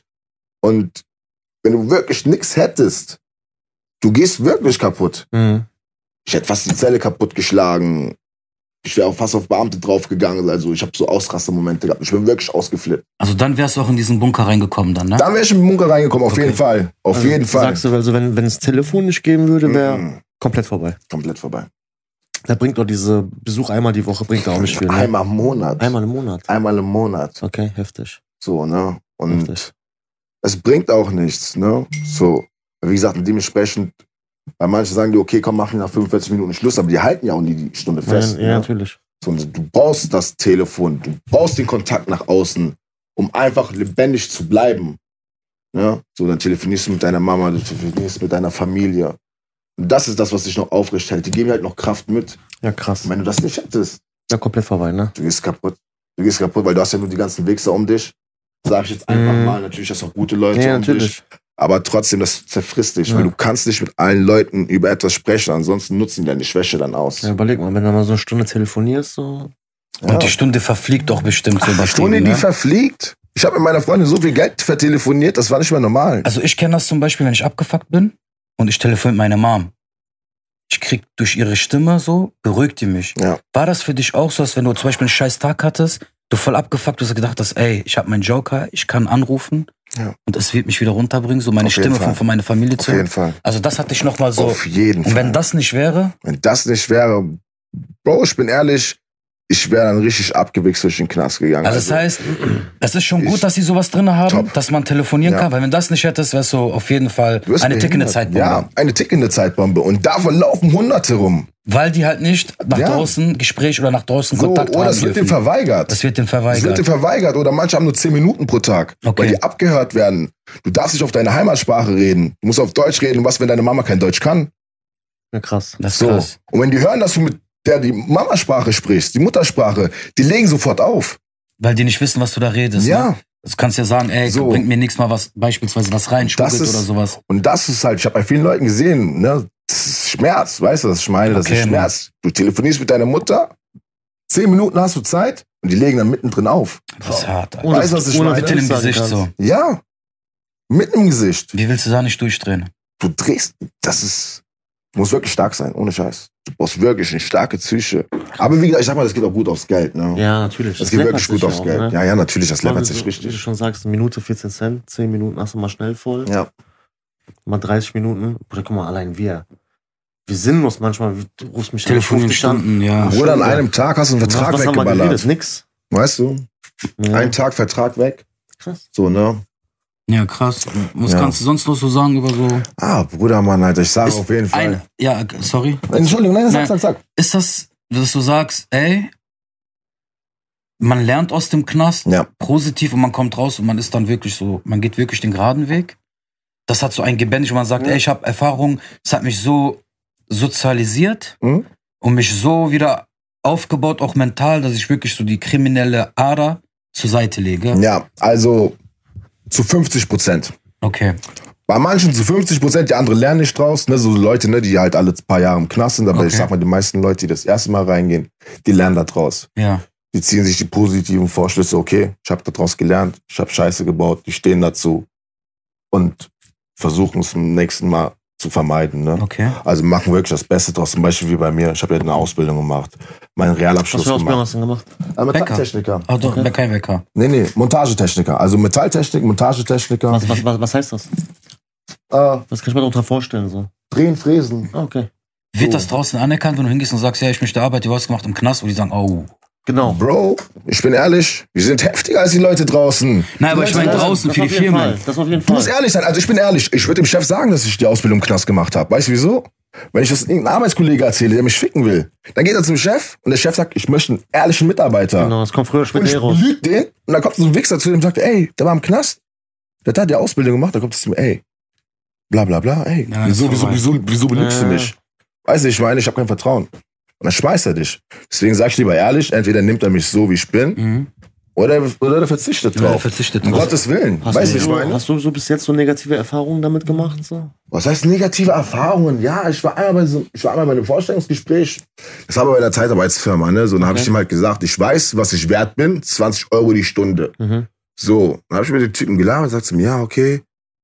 Und wenn du wirklich nichts hättest, du gehst wirklich kaputt. Mhm. Ich hätte fast die Zelle kaputt geschlagen. Ich wäre auch fast auf Beamte draufgegangen. Also ich habe so Ausrastermomente gehabt. Ich bin wirklich ausgeflippt. Also dann wärst du auch in diesen Bunker reingekommen dann, ne? Dann wäre ich in den Bunker reingekommen, auf Okay. jeden Fall. Auf Also jeden Fall. Sagst du, also wenn wenn es Telefon nicht geben würde, wäre Mhm. komplett vorbei. Komplett vorbei. Da bringt doch diese Besuch einmal die Woche, bringt da auch nicht viel. Ne? Einmal im Monat. Einmal im Monat. Einmal im Monat. Okay, heftig. So, ne? Und Heftig. es bringt auch nichts, ne? So, wie gesagt, dementsprechend, bei manchen sagen die, okay, komm, machen nach fünfundvierzig Minuten Schluss, aber die halten ja auch nie die Stunde fest. Ja, ja ne? natürlich. So, du brauchst das Telefon, du brauchst den Kontakt nach außen, um einfach lebendig zu bleiben. Ja? So, dann telefonierst du mit deiner Mama, du telefonierst mit deiner Familie. Und das ist das, was dich noch aufrecht hält. Die geben halt noch Kraft mit. Ja, krass. Und wenn du das nicht hättest, Ja, komplett vorbei, ne? du gehst kaputt. Du gehst kaputt, weil du hast ja nur die ganzen Wichser um dich. Sag ich jetzt einfach Mhm. mal. Natürlich hast du auch gute Leute Ja, um natürlich. dich. Aber trotzdem, das zerfrisst dich, Ja. weil du kannst nicht mit allen Leuten über etwas sprechen, ansonsten nutzen die deine Schwäche dann aus. Ja, überleg mal, wenn du mal so eine Stunde telefonierst, so. Ja. Und die Stunde verfliegt doch bestimmt so Die übertrieben, Stunde, die ne? verfliegt. Ich habe mit meiner Freundin so viel Geld vertelefoniert, das war nicht mehr normal. Also ich kenne das zum Beispiel, wenn ich abgefuckt bin und ich telefoniere mit meiner Mom. Ich krieg durch ihre Stimme so, beruhigt die mich. Ja. War das für dich auch so, dass wenn du zum Beispiel einen scheiß Tag hattest, du voll abgefuckt bist und gedacht hast, ey, ich habe meinen Joker, ich kann anrufen Ja. und es wird mich wieder runterbringen, so meine Auf jeden Stimme Fall. von, von meiner Familie Auf zu jeden Fall. Also das hatte ich nochmal so. Auf jeden Und Fall. wenn das nicht wäre, Wenn das nicht wäre, Bro, ich bin ehrlich, ich wäre dann richtig abgewichst durch den Knast gegangen. also das heißt, es ist schon gut, ich- dass sie sowas drin haben, Top. dass man telefonieren Ja. kann, weil wenn das nicht hättest, wärst du auf jeden Fall Du wirst eine tickende behindert. Zeitbombe. Ja, eine tickende Zeitbombe. Und davon laufen Hunderte rum. Weil die halt nicht nach Ja. draußen Gespräch oder nach draußen So, Kontakt oder haben es wird denen dürfen. verweigert. Das wird denen Es wird verweigert. dir verweigert oder manche haben nur zehn Minuten pro Tag, Okay. weil die abgehört werden. Du darfst nicht auf deine Heimatsprache reden. Du musst auf Deutsch reden. Und was, wenn deine Mama kein Deutsch kann? Ja, krass. Das ist So. krass. Und wenn die hören, dass du mit der die Mamasprache sprichst, die Muttersprache, die legen sofort auf. Weil die nicht wissen, was du da redest. Ja. Ne? Du kannst ja sagen, ey, So. bringt mir nichts mal was, beispielsweise was rein, Das schmuggelt ist- oder sowas. Und das ist halt, ich habe bei vielen Leuten gesehen, ne, das ist Schmerz, weißt du, was ich meine? Das Okay, ist Schmerz. Du telefonierst mit deiner Mutter, zehn Minuten hast du Zeit und die legen dann mittendrin auf. Das ist hart, Alter. Ohne- Weißt du, was ich ohne- meine? Mitten im sagen Gesicht kannst. so. Ja, mitten im Gesicht. Wie willst du da nicht durchdrehen? Du drehst, das ist, du musst wirklich stark sein, ohne Scheiß. Du brauchst wirklich eine starke Psyche. Aber wie gesagt, ich sag mal, das geht auch gut aufs Geld, ne? Ja, natürlich. Das geht läppert wirklich gut sich aufs auch, Geld. ne? Ja, ja, natürlich, das läppert Wie sich du- Wie du richtig. schon sagst, eine Minute vierzehn Cent, zehn Minuten hast du mal schnell voll. Ja. Mal dreißig Minuten. Oder guck mal, allein wir. Wir sinnlos manchmal. Du rufst mich Telefonieren an, rufst mich an. Stunden, ja. Oder an einem Tag hast du einen Was, Vertrag was haben wir geredet? weggeballert. Nix. Weißt du? Ja. Ein Tag Vertrag weg. Krass. So, ne? Ja, krass. Was Ja. kannst du sonst noch so sagen über so... Ah, Bruder, Mann, Alter, ich sage Ist auf jeden Fall. Ein, ja, sorry. Entschuldigung, nein, sag, Nein. sag, sag. Ist das, dass du sagst, ey, man lernt aus dem Knast Ja. positiv und man kommt raus und man ist dann wirklich so, man geht wirklich den geraden Weg? Das hat so ein gebändigt, wo man sagt, Ja. ey, ich habe Erfahrung, es hat mich so sozialisiert Hm? und mich so wieder aufgebaut, auch mental, dass ich wirklich so die kriminelle Ader zur Seite lege. Ja, also zu fünfzig Prozent. Okay. Bei manchen zu fünfzig Prozent, die anderen lernen nicht draus. Ne? So Leute, ne, die halt alle paar Jahre im Knast sind. Aber Okay. ich sag mal, die meisten Leute, die das erste Mal reingehen, die lernen da draus. Ja. Die ziehen sich die positiven Vorschlüsse. Okay, ich habe daraus gelernt, ich habe Scheiße gebaut, die stehen dazu und versuchen es beim nächsten Mal zu vermeiden. Ne? Okay. Also machen wirklich das Beste draus. Zum Beispiel wie bei mir. Ich habe ja eine Ausbildung gemacht, meinen Was Realabschluss für Ausbildung gemacht. hast du denn gemacht? Äh, Metalltechniker. Ah, doch, Okay. kein Wecker. Nee, nee, Montagetechniker. Also Metalltechnik, Montagetechniker. Was, was, was, was heißt das? Äh, Was kann ich mir darunter vorstellen? So? drehen, fräsen. Ah, okay. Wird So. das draußen anerkannt, wenn du hingehst und sagst, ja, ich möchte Arbeit, die was gemacht im Knast, wo die sagen, oh. Genau. Bro, ich bin ehrlich, wir sind heftiger als die Leute draußen. Nein, aber ich meine Das- draußen das für die auf jeden Firmen. Fall. Das auf jeden Du Fall. musst ehrlich sein, also ich bin ehrlich. Ich würde dem Chef sagen, dass ich die Ausbildung im Knast gemacht habe. Weißt du wieso? Wenn ich das irgendeinem Arbeitskollege erzähle, der mich ficken will, dann geht er zum Chef und der Chef sagt, ich möchte einen ehrlichen Mitarbeiter. Genau, es kommt früher oder Und später ich eh raus. lüge den und dann kommt so ein Wichser zu dem und sagt, ey, der war im Knast. Der hat die Ausbildung gemacht, dann kommt es zu mir, ey, bla bla bla, ey, Ja, wieso, ist wieso, vorbei. wieso, wieso belügst du Ja. mich? Weißt du, ich meine, ich habe kein Vertrauen. Und dann schmeißt er dich. Deswegen sag ich lieber ehrlich, entweder nimmt er mich so, wie ich bin, Mhm. oder, oder er verzichtet Ja, er drauf. verzichtet Um drauf. Gottes Willen. Hast, Weißt du, du ich so, meine? hast du so bis jetzt so negative Erfahrungen damit gemacht? So? Was heißt negative Erfahrungen? Ja, ich war einmal bei, so, ich war einmal bei einem Vorstellungsgespräch. Das war aber bei der Zeitarbeitsfirma. Ne? So, dann habe Okay. ich ihm halt gesagt, ich weiß, was ich wert bin, zwanzig Euro die Stunde. Mhm. So, dann habe ich mit dem Typen gelabert und sagt zu mir, ja, okay,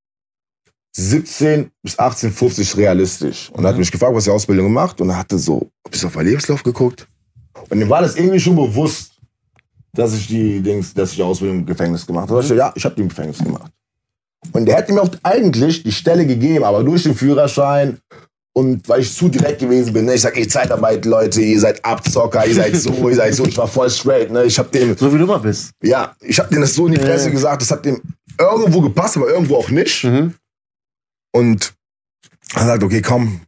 siebzehn bis achtzehn Komma fünfzig ist realistisch. Und er hat Mhm. mich gefragt, was die Ausbildung gemacht. Und er hatte so, hab ich auf meinen Lebenslauf geguckt. Und ihm war das irgendwie schon bewusst, dass ich die Dings, dass ich die Ausbildung im Gefängnis gemacht habe. Mhm. Ich so, ja, ich habe die im Gefängnis gemacht. Und der hätte mir auch eigentlich die Stelle gegeben, aber durch den Führerschein Und weil ich zu direkt gewesen bin, ne? Ich sag, ey, Zeitarbeit, Leute, ihr seid Abzocker, ihr seid so, ihr seid so. Ich war voll straight, ne? Ich hab dem, So wie du immer bist. ja, ich hab denen das so in die Presse Äh. gesagt, das hat dem irgendwo gepasst, aber irgendwo auch nicht. Mhm. Und er sagt, okay, komm.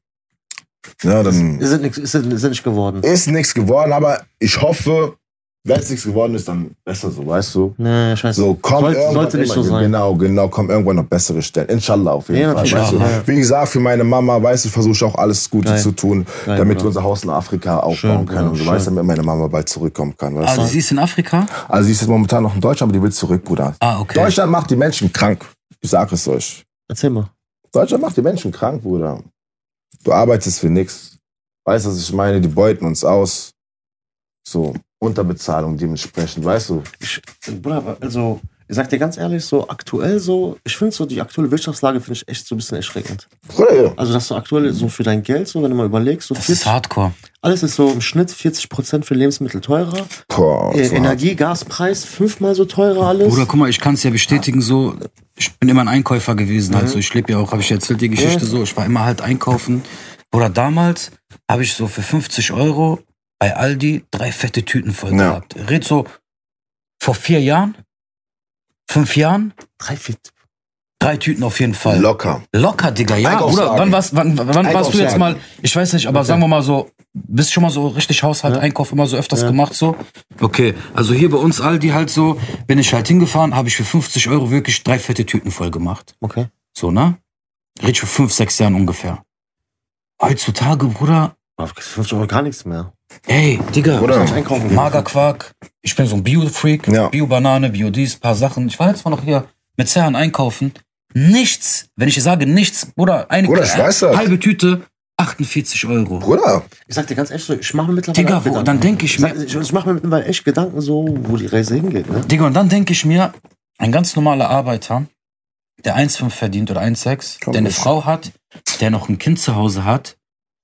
Ja, dann Ist es nix- ist es- ist es nicht geworden. ist nichts geworden, aber ich hoffe, wenn es nichts geworden ist, dann besser so, weißt du? Nee, scheiße. So, komm Sollte- irgendwann sollte nicht immer- so sein. Genau, genau, kommen irgendwann noch bessere Stellen. Inshallah auf jeden Ja, Fall. natürlich. Weißt du? Ja. Wie gesagt, für meine Mama, weißt du, versuche ich auch alles Gute Geil. zu tun, Geil, damit Bruder. wir unser Haus in Afrika aufbauen Schön, können. Und du Bruder, weißt, schön. damit meine Mama bald zurückkommen kann. Weißt Also du? sie ist in Afrika? Also sie ist jetzt momentan noch in Deutschland, aber die will zurück, Bruder. Ah, okay. Deutschland macht die Menschen krank. Ich sag es euch. Erzähl mal. Deutschland macht die Menschen krank, Bruder. Du arbeitest für nichts. Weißt du, was ich meine? Die beuten uns aus. So, Unterbezahlung dementsprechend, weißt du? Ich, Bruder, also, ich sag dir ganz ehrlich, so aktuell so, ich finde so, die aktuelle Wirtschaftslage finde ich echt so ein bisschen erschreckend. Bruder, ja. Also, dass du aktuell so für dein Geld, so, wenn du mal überlegst, so Das vierzig, ist Hardcore. alles ist so im Schnitt vierzig Prozent für Lebensmittel teurer. Boah, Äh, so Energie, Gaspreis fünfmal so teurer alles. Bruder, guck mal, ich kann es ja bestätigen, so, ich bin immer ein Einkäufer gewesen, halt so, ich lebe ja auch, habe ich erzählt, die Geschichte so, ich war immer halt einkaufen. Bruder, damals habe ich so für fünfzig Euro bei Aldi drei fette Tüten voll Ja. gehabt. Red so, vor vier Jahren, fünf Jahren, Drei, vier, drei Tüten auf jeden Fall. locker. Locker, Digga, ja, Einkaufswagen. Bruder, wann, warst, wann, wann warst du Einkaufswagen. jetzt mal, ich weiß nicht, aber Okay. sagen wir mal so, bist schon mal so richtig Haushalt, Ja. Einkauf immer so öfters Ja. gemacht so? Okay, also hier bei uns Aldi halt so, bin ich halt hingefahren, habe ich für fünfzig Euro wirklich drei fette Tüten voll gemacht. okay. So, ne? Red ich für fünf, sechs Jahren ungefähr. Heutzutage, Bruder, Aber für fünfzig Euro gar nichts mehr. ey, Digga, Bruder. Kann ich einkaufen gehen. Magerquark, ich bin so ein Bio-Freak, Ja. Bio-Banane, Bio-dies, paar Sachen. Ich war jetzt mal noch hier mit Zerren einkaufen. Nichts, wenn ich sage nichts, Bruder, eine Bruder, ich weiß das. halbe Tüte, achtundvierzig Euro. Bruder, Ich sag dir ganz ehrlich, so, ich mache mir mittlerweile Digga, auch wo, Gedanken. dann denke ich Ich, mir, sag, ich, ich mache mir mittlerweile echt Gedanken, so, wo die Reise hingeht. Ne? Digga, und dann denke ich mir, ein ganz normaler Arbeiter, der eins Komma fünf verdient oder eins Komma sechs, Komm der eine nicht. Frau hat, der noch ein Kind zu Hause hat,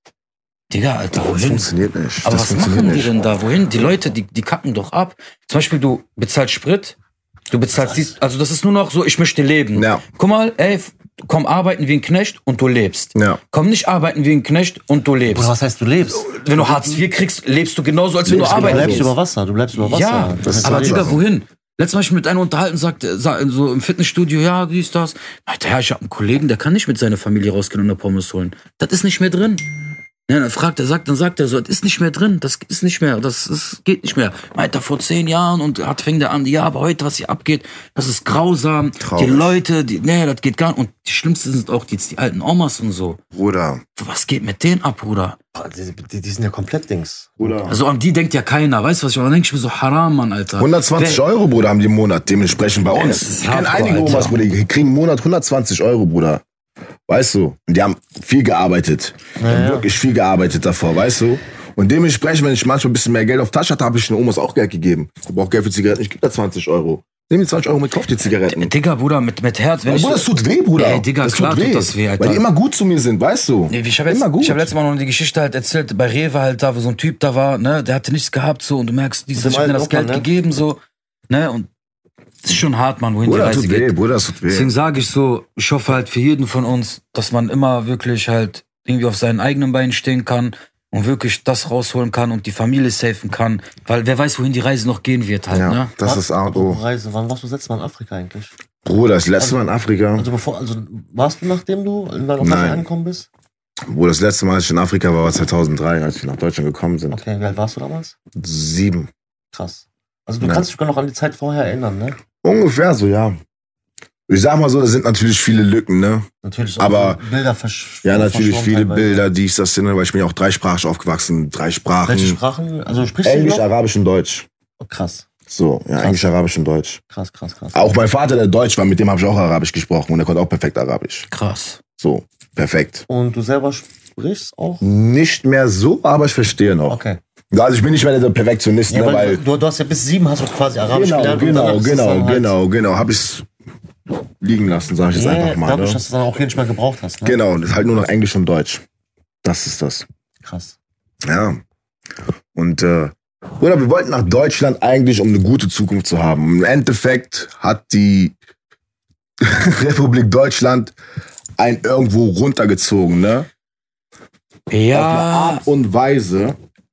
Digga, Alter, das wohin? funktioniert nicht. Aber das was funktioniert machen die nicht. denn da? Wohin? Die Leute, die, die kacken doch ab. Zum Beispiel, du bezahlst Sprit, du bezahlst dies, also das ist nur noch so, ich möchte leben. Ja. Guck mal, ey, f- komm arbeiten wie ein Knecht und du lebst. Ja. Komm nicht arbeiten wie ein Knecht und du lebst. Oder was heißt, du lebst? Wenn du Hartz vier kriegst, lebst du genauso, als wenn Lebst du du Du arbeiten bleibst gehst. über Wasser, du bleibst über Wasser. Ja, Das ist aber die Digga, Sache. wohin? Letztes Mal hab ich mit einem unterhalten, sagte, sa- so im Fitnessstudio, ja, dies, das. Alter, ja, ich hab einen Kollegen, der kann nicht mit seiner Familie rausgehen und eine Pommes holen. Das ist nicht mehr drin. Ja, dann fragt er, sagt, dann sagt er so, das ist nicht mehr drin, das ist nicht mehr, das ist, geht nicht mehr. Meint er vor zehn Jahren und hat fängt er an, ja, aber heute, was hier abgeht, das ist grausam. Traurig. Die Leute, die, nee, das geht gar nicht. Und die Schlimmsten sind auch die, die alten Omas und so. Bruder, Was geht mit denen ab, Bruder? Die, die, die sind ja komplett Dings. Bruder. Also an die denkt ja keiner, weißt du was ich meine? Dann denk ich mir so, haram, Mann, Alter. hundertzwanzig Wer- Euro, Bruder, haben die im Monat, dementsprechend bei uns. das ist Ich kenne hardcore, einige Omas, Alter. Bruder, die kriegen im Monat hundertzwanzig Euro, Bruder. Weißt du? Und die haben viel gearbeitet. Die Ja, haben ja. wirklich viel gearbeitet davor, weißt du? Und dementsprechend, wenn ich manchmal ein bisschen mehr Geld auf Tasche hatte, habe ich den Omas auch Geld gegeben. Ich brauche Geld für Zigaretten, ich gebe da zwanzig Euro. Nimm die zwanzig Euro mit, kauf die Zigaretten. Digga, Bruder, mit, mit Herz. Wenn Weil, ich Bruder, so, das tut weh, Bruder. Ey, Digga, das klar tut das weh, Alter. Weil die immer gut zu mir sind, weißt du? Nee, ich habe jetzt, immer gut. ich hab letztes Mal noch die Geschichte halt erzählt, bei Rewe halt da, wo so ein Typ da war, ne, der hatte nichts gehabt, so, und du merkst, dieses, dem ich hab mir alten das Opa, Geld ne? gegeben, so, ne, und das ist schon hart, Mann, wohin Bruder, die das Reise tut weh, geht. Bruder, das tut weh. Deswegen sage ich so, ich hoffe halt für jeden von uns, dass man immer wirklich halt irgendwie auf seinen eigenen Beinen stehen kann und wirklich das rausholen kann und die Familie safen kann, weil wer weiß, wohin die Reise noch gehen wird halt, Ja, ne. das ist A und O. Reise. Wann warst du das letzte Mal in Afrika eigentlich? Bruder, das letzte Mal in Afrika. Also bevor, also warst du nachdem du in deiner Nein. Afrika angekommen bist? Bruder, das letzte Mal, als ich in Afrika war, war zweitausenddrei, als wir nach Deutschland gekommen sind. Okay, wie alt warst du damals? Sieben. Krass. Also du Ja. kannst dich sogar noch an die Zeit vorher erinnern, ne? Ungefähr so, ja. Ich sag mal so, da sind natürlich viele Lücken, ne? Natürlich. Aber- so Bilder versch Ja, natürlich verschwommen viele teilweise. Bilder, die ich das sind, weil ich bin ja auch dreisprachig aufgewachsen. Drei Sprachen. Welche Sprachen? Also sprichst Englisch, du die noch? Arabisch und Deutsch. Oh, krass, So, ja, Krass. Englisch, Arabisch und Deutsch. krass, krass, krass. Auch mein Vater, der Deutsch war, mit dem habe ich auch Arabisch gesprochen und der konnte auch perfekt Arabisch. Krass. So, perfekt. Und du selber sprichst auch? Nicht mehr so, aber ich verstehe noch. Okay. Ja, also ich bin nicht mehr der Perfektionist, Ja, ne, weil weil... du, du hast ja bis sieben hast du quasi Arabisch Genau, gelernt. und genau, danach ist es genau, dann halt, genau, genau. Habe ich liegen lassen, sage ich jetzt Ja, einfach mal. dadurch, Ne? dass du dann auch hier nicht mehr gebraucht hast. Ne? Genau, das ist halt nur noch Englisch und Deutsch. Das ist das. Krass. Ja. Und, äh, oder wir wollten nach Deutschland eigentlich, um eine gute Zukunft zu haben. Im Endeffekt hat die Republik Deutschland einen irgendwo runtergezogen, ne? Ja. Auf eine Art und Weise,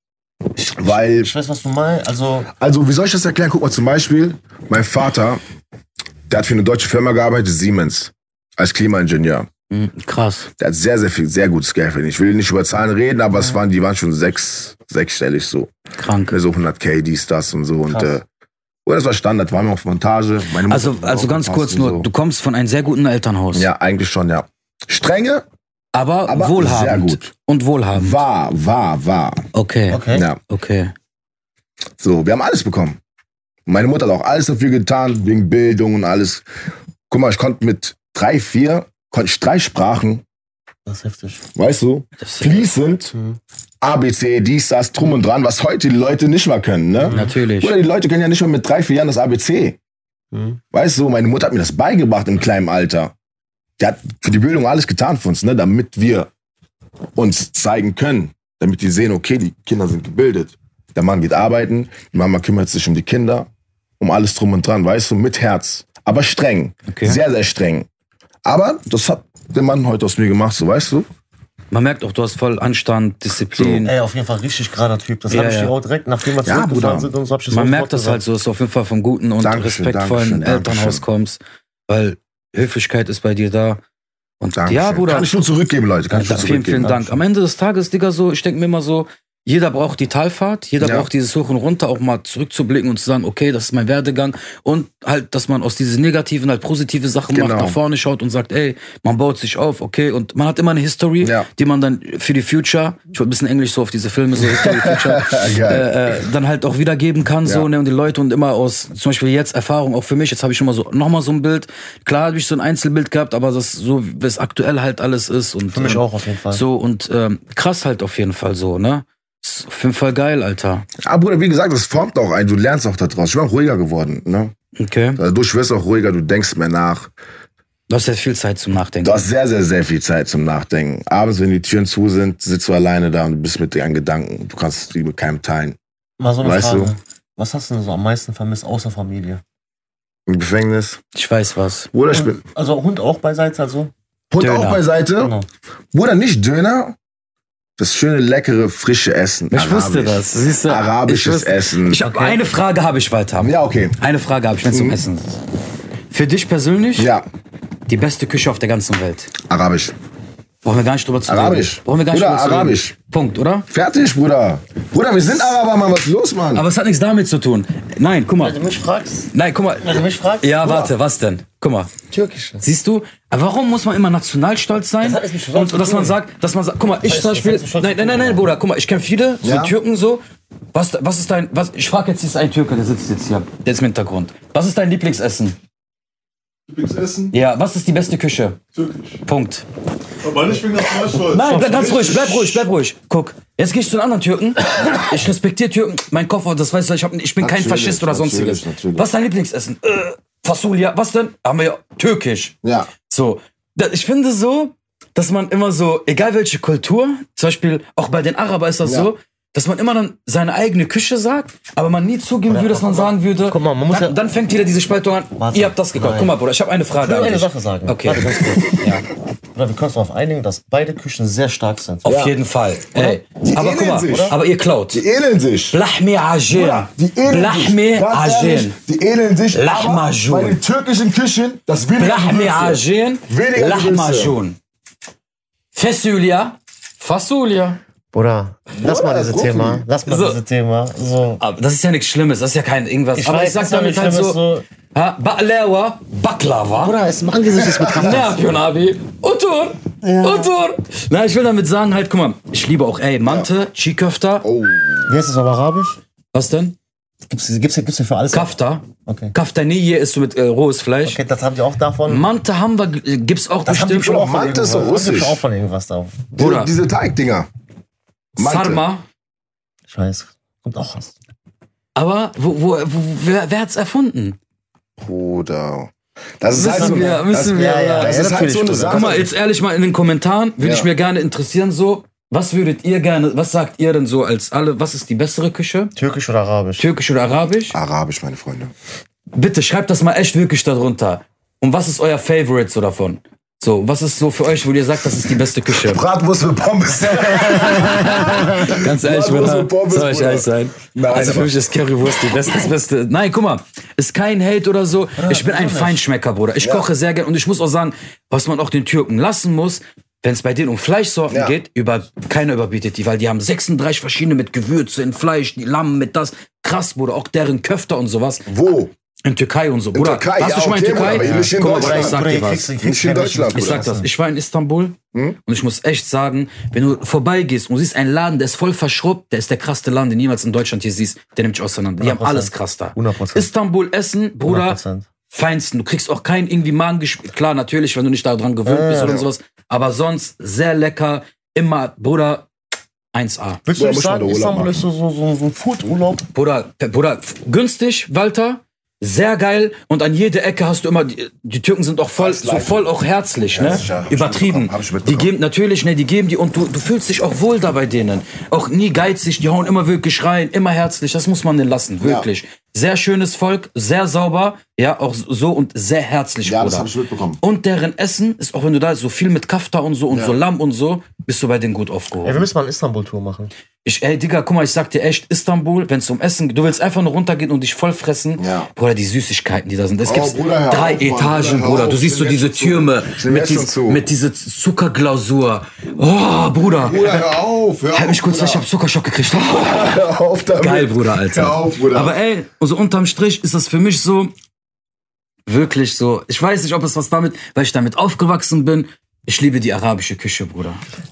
weil... Ich weiß, was du meinst. Also, Also, wie soll ich das erklären? Guck mal, zum Beispiel, mein Vater, der hat für eine deutsche Firma gearbeitet, Siemens, als Klimaingenieur. Mhm, krass. Der hat sehr, sehr viel, sehr gutes Geld verdient. Ich will nicht über Zahlen reden, aber es waren, die waren schon sechs, sechsstellig so. Krank. So hundert K, dies, das und so. Und, äh, oh, das war Standard, waren wir auf Montage. Meine Mutter Also, hat also auch ganz gepasst kurz und nur, so. du kommst von einem sehr guten Elternhaus. Ja, eigentlich schon, ja. Strenge, Aber, aber wohlhabend. sehr gut. Und wohlhabend. War, war, war. Okay. okay. Ja. Okay. So, wir haben alles bekommen. Meine Mutter hat auch alles dafür getan, wegen Bildung und alles. Guck mal, ich konnte mit drei, vier, konnte ich drei Sprachen, Das ist heftig. weißt du, Das- fließend, Mhm. A, B, C, dies, das, drum und dran, was heute die Leute nicht mal können, ne? Natürlich. Oder die Leute können ja nicht mal mit drei, vier Jahren das A B C. Mhm. Weißt du, meine Mutter hat mir das beigebracht im kleinen Alter. Die hat für die Bildung alles getan für uns, ne? Damit wir uns zeigen können. Damit die sehen, okay, die Kinder sind gebildet. Der Mann geht arbeiten, die Mama kümmert sich um die Kinder, um alles drum und dran, weißt du, mit Herz. Aber streng. Okay. Sehr, sehr streng. Aber das hat der Mann heute aus mir gemacht, so, weißt du? Man merkt auch, du hast voll Anstand, Disziplin. Ey, auf jeden Fall richtig gerader Typ. Das Ja, habe ich ja. dir auch direkt, nachdem wir Ja, zurückgefahren Bruder. sind und so, hab ich das Man auch merkt das gesagt. halt so, dass du auf jeden Fall vom guten und Dankeschön, respektvollen Dankeschön, Elternhaus Dankeschön. kommst. Weil Höflichkeit ist bei dir da. Und Dankeschön. ja, Bruder. Kann ich nur zurückgeben, Leute. Kann ich Ja, nur vielen, zurückgeben. vielen Dank. Am Ende des Tages, Digga, so, ich denke mir immer so, jeder braucht die Talfahrt, jeder Ja. braucht dieses Hoch und Runter, auch mal zurückzublicken und zu sagen, okay, das ist mein Werdegang. Und halt, dass man aus diesen negativen halt positive Sachen Genau. macht, nach vorne schaut und sagt, ey, man baut sich auf, okay. Und man hat immer eine History, Ja. die man dann für die Future, ich wollte ein bisschen Englisch so auf diese Filme, so History, Future, Geil. äh, äh, dann halt auch wiedergeben kann, so, Ja. ne, und die Leute und immer aus, zum Beispiel jetzt Erfahrung, auch für mich, jetzt habe ich schon mal so, nochmal so ein Bild. Klar habe ich so ein Einzelbild gehabt, aber das so, wie es aktuell halt alles ist. Und, Für mich ähm, auch auf jeden Fall. so, und ähm, krass halt auf jeden Fall so, ne? Ist auf jeden Fall geil, Alter. Aber Bruder, wie gesagt, das formt auch ein. Du lernst auch da draus. Ich bin auch ruhiger geworden, ne? Okay. Dadurch wirst du auch ruhiger, du denkst mehr nach. Du hast ja viel Zeit zum Nachdenken. Du hast sehr, sehr, sehr viel Zeit zum Nachdenken. Abends, wenn die Türen zu sind, sitzt du alleine da und du bist mit deinen Gedanken. Du kannst die mit keinem teilen. Mal so eine Weißt Frage. du? Was hast du denn so am meisten vermisst, außer Familie? Im Gefängnis. Ich weiß was. Bruder, ich bin. Also Hund auch beiseite, also? Hund Döner. auch beiseite. Genau. Bruder, nicht Döner. Das schöne, leckere, frische Essen. Ich wusste Arabisch. das. Siehst du? Arabisches Ich wusste- Essen. Ich hab, Okay. Eine Frage habe ich, Walter. ja, okay. Eine Frage habe ich, wenn es um Essen ist. Für dich persönlich, Ja, die beste Küche auf der ganzen Welt. Arabisch. Brauchen wir gar nicht drüber zu Arabisch. reden. Brauchen wir gar nicht Bruder, drüber zu reden. Arabisch. Punkt, oder? Fertig, Bruder. Bruder, wir sind Araber, Mann. Was ist los, Mann? Aber es hat nichts damit zu tun. Nein, guck mal. Wenn du mich fragst, Nein, guck mal. wenn du mich fragst, Ja, warte, was denn? Guck mal. türkische. Siehst du? Aber warum muss man immer nationalstolz sein? Das hat nichts mit und zu dass man tun. sagt, dass man sagt, guck mal, ich heißt, zum das Beispiel, hat nichts mit nein, nein, nein, nein, Bruder, guck mal, ich kenne viele, so Ja? Türken so. Was, was ist dein, was, ich frage jetzt, hier ist ein Türke, der sitzt jetzt hier, der ist im Hintergrund. Was ist dein Lieblingsessen? Lieblingsessen? Ja, was ist die beste Küche? Türkisch. Punkt. Aber nicht wegen Nationalstolz. Nein, bleib ganz ruhig, bleib ruhig, bleib ruhig. Guck, jetzt gehe ich zu den anderen Türken. Ich respektiere Türken. Mein Koffer, das weißt du, ich, hab, ich bin kein Natürlich, Faschist oder natürlich, sonstiges. natürlich. Was ist dein Lieblingsessen? Äh, Fasulia. Was denn? Haben wir ja Türkisch. Ja. So, da- ich finde so, dass man immer so, egal welche Kultur, zum Beispiel auch bei den Arabern ist das Ja. so, dass man immer dann seine eigene Küche sagt, aber man nie zugeben würde, dass man sagen würde, Guck mal, man muss dann, ja- dann fängt wieder diese Spaltung an, Warte. ihr habt das gekocht. Nein. Guck mal, Bruder, ich habe eine Frage Ich will an eine dich. Sache sagen. Okay. Warte, ganz kurz. Ja, Oder wir können uns darauf einigen, dass beide Küchen sehr stark sind. auf Ja. jeden Fall. Ey, Die aber guck ähneln mal, sich. oder? aber ihr klaut. Die ähneln sich. Lahmi Ajin. Bruder, die ähneln Lahmi sich. Ganz ehrlich, Ajin. die ähneln sich. Lahmacun. Aber bei den türkischen Küchen, das weniger Lahmi Gewürze. Ajin. Weniger Lahmacun. Fasulia. Fasulia. Bruder, lass mal Bruder, dieses Profi. Thema. Lass mal So. dieses Thema. So. Aber das ist ja nichts Schlimmes, das ist ja kein irgendwas. Ich aber weiß, ich sag das ist ja damit nicht halt Schlimmes, so, so. ha, Ba'lawa, Baklava. Bruder, es machen die sich das betrachtet. Nerpion, Abi. Utur. Utur. Na, ich will damit sagen halt, guck mal, ich liebe auch, ey, Mante, Chiköfta. Oh. Wie heißt das auf Arabisch? Was denn? Gibt's, gibt's, gibt's hier für alles? Kafta. Okay. Kaftaniye ist so mit äh, rohes Fleisch. Okay, das haben die auch davon. Mante haben wir, äh, gibt's auch Das haben die bestimmt. schon auch von Mante ist irgendwas. doch Das gibt russisch. auch von irgendwas da. Bruder. Diese, diese Teigdinger. Mante. Sarma. Ich weiß. Kommt auch was. Aber wo, wo, wo, wer, wer hat's erfunden? Bruder. Das ist Müssen halt so, wir, das, müssen wir. ja, ja, das ja, ist halt natürlich, so eine Bruder. Sache. Guck mal, jetzt ehrlich mal in den Kommentaren würde Ja. ich mir gerne interessieren, so, was würdet ihr gerne, was sagt ihr denn so als alle, was ist die bessere Küche? Türkisch oder Arabisch? Türkisch oder Arabisch? Arabisch, meine Freunde. Bitte schreibt das mal echt wirklich darunter. Und was ist euer Favorite so davon? So, was ist so für euch, wo ihr sagt, das ist die beste Küche? Bratwurst mit Pommes. Ganz ehrlich, Bratwurst Bruder, mit Pommes, soll ich Bruder. ehrlich sein? Nein, also für aber- mich ist Currywurst die beste, das Beste. Nein, guck mal, ist kein Hate oder so. Ich bin ein Feinschmecker, Bruder. Ich Ja. koche sehr gerne und ich muss auch sagen, was man auch den Türken lassen muss, wenn es bei denen um Fleischsorten Ja. geht, über, keiner überbietet die, weil die haben sechsunddreißig verschiedene mit Gewürze in Fleisch, die Lamm mit das. Krass, Bruder, auch deren Köfter und sowas. Wo? In Türkei und so. Bruder, Türkei, warst ja, du schon mal in okay, Türkei? Bruder, aber nicht in Guck mal, Bruder, ich Deutschland. sag Bruder, dir ihr was. kriegst- ihr Nicht kriegst in keine Deutschland, Ich Bruder. sag das, ich war in Istanbul Hm? und ich muss echt sagen, wenn du vorbeigehst und siehst einen Laden, der ist voll verschrubbt, der ist der krasseste Laden, den du niemals in Deutschland hier siehst, der nimmt dich auseinander. Die haben hundert Prozent. alles krass da. hundert Prozent. Istanbul, Essen, Bruder, hundert Prozent. feinsten. Du kriegst auch kein irgendwie Magengeschmack. Klar, natürlich, wenn du nicht daran gewöhnt Ja, bist ja, oder ja. sowas. Aber sonst sehr lecker. Immer, Bruder, eins A. Willst Boah, du nicht muss man sagen, da Urlaub Istanbul machen. ist so, so, so, so ein Food-Urlaub? Bruder, Bruder, günstig, Walter. Sehr geil. Und an jeder Ecke hast du immer, die, die Türken sind auch voll, Alles so live. voll auch herzlich, Ja, ne? sicher. Hab ich Übertrieben. mitbekommen, hab ich Die mitbekommen. geben, natürlich, ne, die geben die und du, du fühlst dich auch wohl da bei denen. Auch nie geizig, die hauen immer wirklich rein, immer herzlich. Das muss man denen lassen, wirklich. Sehr schönes Volk, sehr sauber, ja, auch so und sehr herzlich, Ja, das Bruder. hab ich mitbekommen. Und deren Essen ist, auch wenn du da so viel mit Kafta und so und Ja. so Lamm und so, bist du bei denen gut Ey, aufgehoben. wir müssen mal eine Istanbul-Tour machen. Ich, ey, Digga, guck mal, ich sag dir echt, Istanbul, wenn es um Essen geht, du willst einfach nur runtergehen und dich voll fressen. Ja. Bruder, die Süßigkeiten, die da sind. Es Oh, gibt Bruder, hör drei auf, Mann, Etagen, Bruder, Bruder. hör Du auf, siehst ich so nehm diese jetzt schon Türme zu. Ich nehm mit, jetzt schon dies, zu. mit dieser Zuckerglasur. Oh, Bruder. Bruder, hör auf. Hör Halt auf, mich kurz Bruder. fest, ich hab Zuckerschock gekriegt. Hör auf damit. Geil, Bruder, Alter. Hör auf, Bruder. Aber ey, also unterm Strich ist das für mich so, wirklich so, ich weiß nicht, ob es was damit, weil ich damit aufgewachsen bin. Ich liebe die arabische Küche, Bruder.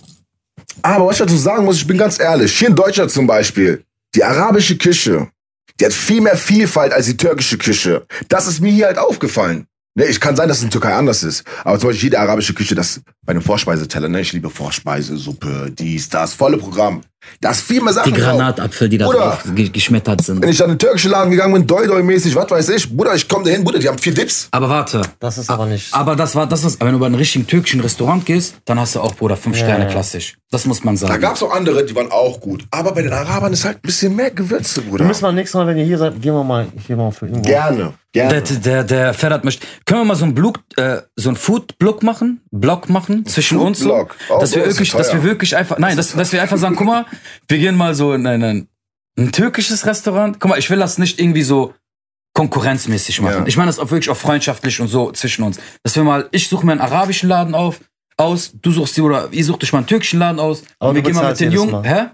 Aber was ich dazu sagen muss, ich bin ganz ehrlich, hier in Deutschland zum Beispiel, die arabische Küche, die hat viel mehr Vielfalt als die türkische Küche. Das ist mir hier halt aufgefallen. Ne, ich kann sein, dass es in Türkei anders ist. Aber zum Beispiel jede arabische Küche, das bei einem Vorspeiseteller, ne, ich liebe Vorspeise, Suppe, dies, das, volle Programm. Da ist viel mehr Sachen Die drauf. Granatapfel, die da Bruder. drauf ge geschmettert sind. Wenn ich an den türkischen Laden gegangen bin, Doi-Doi-mäßig, was weiß ich, Bruder, ich komme dahin, Bruder, die haben vier Dips. Aber warte. Das ist aber nicht. Aber das war, das ist, wenn du bei einem richtigen türkischen Restaurant gehst, dann hast du auch, Bruder, fünf Sterne klassisch. Das muss man Da sagen. gab's auch andere, die waren auch gut. Aber bei den Arabern ist halt ein bisschen mehr Gewürze, Wir Bruder. müssen mal nächstes Mal, wenn ihr hier seid, gehen wir mal hier mal für irgendwo. Gerne, Der, gerne. der, der Ferhat möchte. Können wir mal so einen Blog, äh, so einen Food-Block machen? Block machen zwischen uns so? Food-Blog? Oh, dass wir Bro, ist wirklich, ja dass wir teuer. wirklich einfach, nein, dass, dass wir einfach sagen, guck mal, wir gehen mal so in ein, ein türkisches Restaurant. Guck mal, ich will das nicht irgendwie so konkurrenzmäßig machen. Ja. Ich meine das auch wirklich auch freundschaftlich und so zwischen uns. Dass wir mal, ich suche mir einen arabischen Laden auf, aus, du suchst dir oder ihr sucht euch mal einen türkischen Laden aus. Aber und wir du gehen mal mit bezahlst den jedes Jungen. Mal. Hä?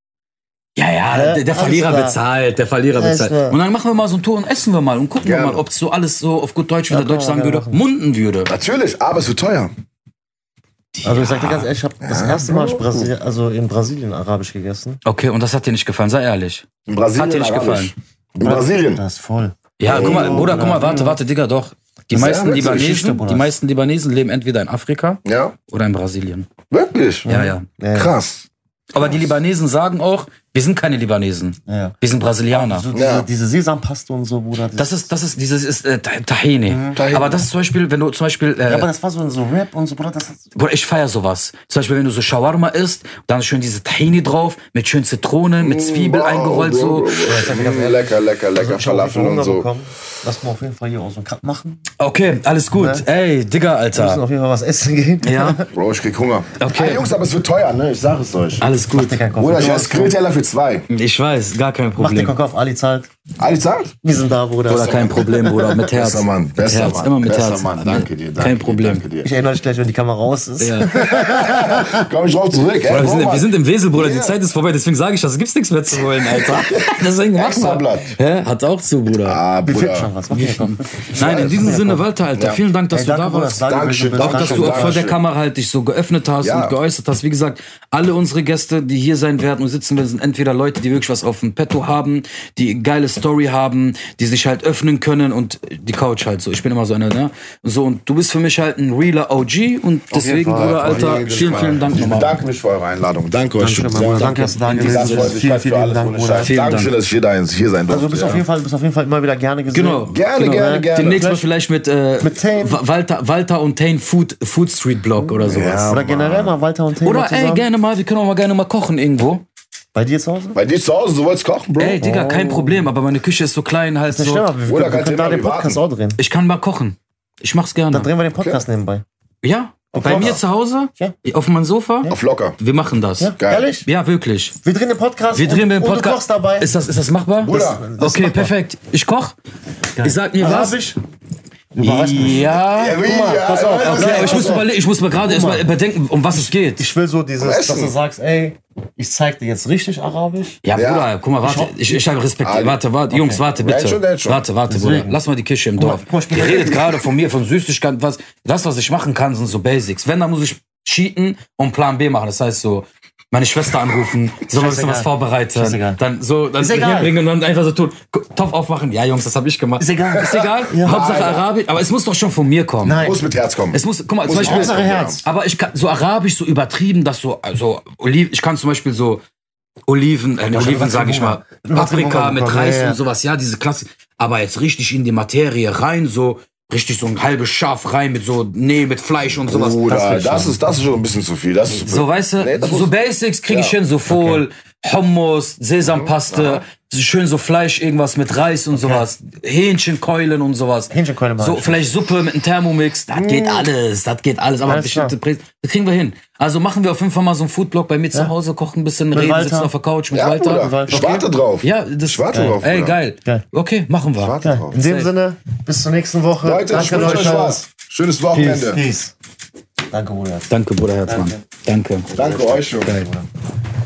Ja, ja, Hä? der, der Alles Verlierer klar. bezahlt, der Verlierer Alles bezahlt. klar. Und dann machen wir mal so ein Tour und essen wir mal und gucken Gerne. wir mal, ob es so alles so auf gut Deutsch, wie Ja, der Deutsch können wir sagen gerne würde, munden würde. Natürlich, aber es wird teuer. Also ich sag dir ganz ehrlich, ich habe das erste Mal Brasili also in Brasilien arabisch gegessen. Okay, und das hat dir nicht gefallen, sei ehrlich. In Brasilien Hat dir nicht arabisch. gefallen? In Brasilien. Das ist voll. Ja, guck mal, Oh, Bruder, guck mal, ja. warte, warte, Digga, doch. Die Das ist meisten ja wirklich Geschichte, Libanesen, Bruder. die meisten Libanesen leben entweder in Afrika Ja, oder in Brasilien. wirklich? Ja, ja. Ja, ja. Krass. Aber die Libanesen sagen auch, wir sind keine Libanesen. Ja. Wir sind Brasilianer. So diese, Ja. diese Sesampaste und so, Bruder. Das ist, das ist, dieses ist äh, Tahini. Tahini. Aber das ist zum Beispiel, wenn du zum Beispiel, äh, ja, aber das war so, so Rap und so, Bruder. Das ist, Bruder, ich feier sowas. Zum Beispiel, wenn du so Shawarma isst, dann schön diese Tahini drauf, mit schön Zitrone, mit Zwiebel Wow, eingerollt, Bro, so. Bro, Bro. Mm, lecker, lecker, lecker. ich hab Falafel Hunger und so. bekommen. Lass mal auf jeden Fall hier auch so einen Cut machen. Okay, alles gut. Ne? Ey, Digga, Wir müssen Alter. auf jeden Fall was essen gehen. Ja, Bro, ich krieg Hunger. Okay. Hey, Jungs, aber es wird teuer, ne? Ich sag es euch. alles gut. Kein Kopf. Bruder, ich esse Grillteller für zwei. Ich weiß, gar kein Mach den Problem. Kopf auf, Ali zahlt. Ali zahlt? Wir sind da, Bruder. Bruder, kein Problem, Bruder, mit Herz. Besser Mann, Mit besser Herz, Mann. immer mit besser Herz. Mann, danke dir. Danke Kein dir, Problem. Danke dir. Ich erinnere dich gleich, wenn die Kamera raus ist. Ja. Komm ich drauf zurück, ey. Bruder, wir, Bro, sind, wir Mann. sind im Wesel, Bruder, die Ja. Zeit ist vorbei, deswegen sage ich das, es gibt nichts mehr zu holen, Alter. Deswegen machen wir. Extrablatt. Hä? Hat auch zu, Bruder. Ah, Wir finden Bruder. schon was. Mach den Kopf. Nein, in diesem Sinne, Walter, Alter, Ja. vielen Dank, dass Ey, du danke, da Bruder, warst. dass du da Dankeschön, gewesen bist. Auch, dass Dankeschön, du auch vor der Dankeschön. Kamera halt dich so geöffnet hast Ja. und geäußert hast. Wie gesagt, alle unsere Gäste, die hier sein werden und sitzen werden, sind entweder Leute, die wirklich was auf dem Petto haben, die geile Story haben, die sich halt öffnen können und die Couch halt so. Ich bin immer so einer, ne? So, und du bist für mich halt ein realer O G und deswegen, Fall, Bruder, auf Alter, jeden vielen, Fall. vielen Dank Ich nochmal. bedanke mich für eure Einladung. Danke euch. Danke, mein Bruder. Danke, dass du da In gewesen diesem Das Sinne. freut mich Vielen, halt für vielen alles Dank, ohne Bruder. Scheiß. Vielen Dankeschön, Dank. dass ich hier, da, hier sein Also durfte. du bist ja. auf jeden Fall, bist auf jeden Fall immer wieder gerne gesehen. Genau. Gerne, genau, gerne, ne? gerne. Demnächst mal Vielleicht- vielleicht mit, äh, mit Tane. Wa- Walter, Walter und Tane Food, Food Street Blog oder sowas. Ja. Oder generell mal Walter und Tane Oder zusammen. ey, gerne mal, wir können auch mal gerne mal kochen irgendwo. Bei dir zu Hause? Bei dir zu Hause, du wolltest kochen, Bro? Ey, Digga, kein Problem, aber meine Küche ist so klein halt Nicht so. schlimm, aber wir, Oder wir kannst können du da immer den Podcast warten. auch drehen. Ich kann mal kochen. Ich mach's gerne. Dann drehen wir den Podcast nebenbei. Ja, Und Bei kochst. mir zu Hause? Ja. Auf meinem Sofa? Auf locker. Wir machen das. Ja, Geil. ehrlich? Ja, wirklich. Wir drehen den Podcast Wir drehen und, den und du Podcast. kochst dabei. Ist das, ist das machbar? Bruder, das Okay, machbar. perfekt. Ich koch. Ich sag mir was. Arabisch? Überrasch mich. Ja. Ja, Guck mal, pass auf. ja, Okay, aber ich muss, überle- ich muss mir gerade erstmal überdenken, um was es geht. Ich will so dieses, Am dass du Essen. sagst, ey, ich zeig dir jetzt richtig Arabisch. Ja, Ja. Bruder, guck mal, warte. Ich, ich habe Respekt. Ah, Warte, warte, Jungs, warte, Ja, bitte. schon, ja, schon. Warte, warte, Deswegen. Bruder. Lass mal die Kirche im Guck mal, Dorf. guck mal, ich bin Ihr bei- redet gerade von mir, von Süßigkeiten. Was, das, was ich machen kann, sind so Basics. Wenn, dann muss ich cheaten und Plan B machen. Das heißt so, meine Schwester anrufen, so ein bisschen was Scheißegal. vorbereiten, Scheißegal. dann so, dann Ist egal. hinbringen und dann einfach so tun. Topf aufmachen. Ja, Jungs, das habe ich gemacht. Ist egal. Ist egal. Ja. Hauptsache Alter. Arabisch. Aber es muss doch schon von mir kommen. Nein. Muss mit Herz kommen. Es muss, guck mal, zum Muss Beispiel, Hauptsache Herz. aber ich kann so Arabisch so übertrieben, dass so, also Oliven, ich kann zum Beispiel so Oliven, äh, schon Oliven sage ich mal, übertrieben Paprika Hunger mit bekommen, Reis ja, ja. und sowas, ja, diese Klasse. Aber jetzt richtig in die Materie rein, so richtig so ein halbes Schaf rein mit so, nee, mit Fleisch und sowas. Bruder, das ist, das ist schon ein bisschen zu viel. Das ist So, weißt du, Nee, das so muss- Basics kriege ich Ja. hin, so Fohl, Hummus, Sesampaste, schön so Fleisch, irgendwas mit Reis und sowas, Hähnchenkeulen und sowas. Hähnchenkeulen mag So, ich. vielleicht Suppe mit einem Thermomix, das geht alles, das geht alles, aber Alles bestimmte klar. Prä- das kriegen wir hin. Also machen wir auf jeden Fall mal so einen Foodblog bei mir zu Hause, kochen ein bisschen, reden, Walter. sitzen auf der Couch mit Ja, Walter. Bruder. Ich warte drauf. Ja, das Ich warte drauf, Ey, Bruder. geil. Geil. Okay, machen wir. Ich warte drauf. In dem Sinne, bis zur nächsten Woche. Leute, ich wünsche euch was. Schönes Peace. Wochenende. Peace. Danke, Bruder. Danke, Bruder Herzmann. Danke. Danke euch schon. Geil.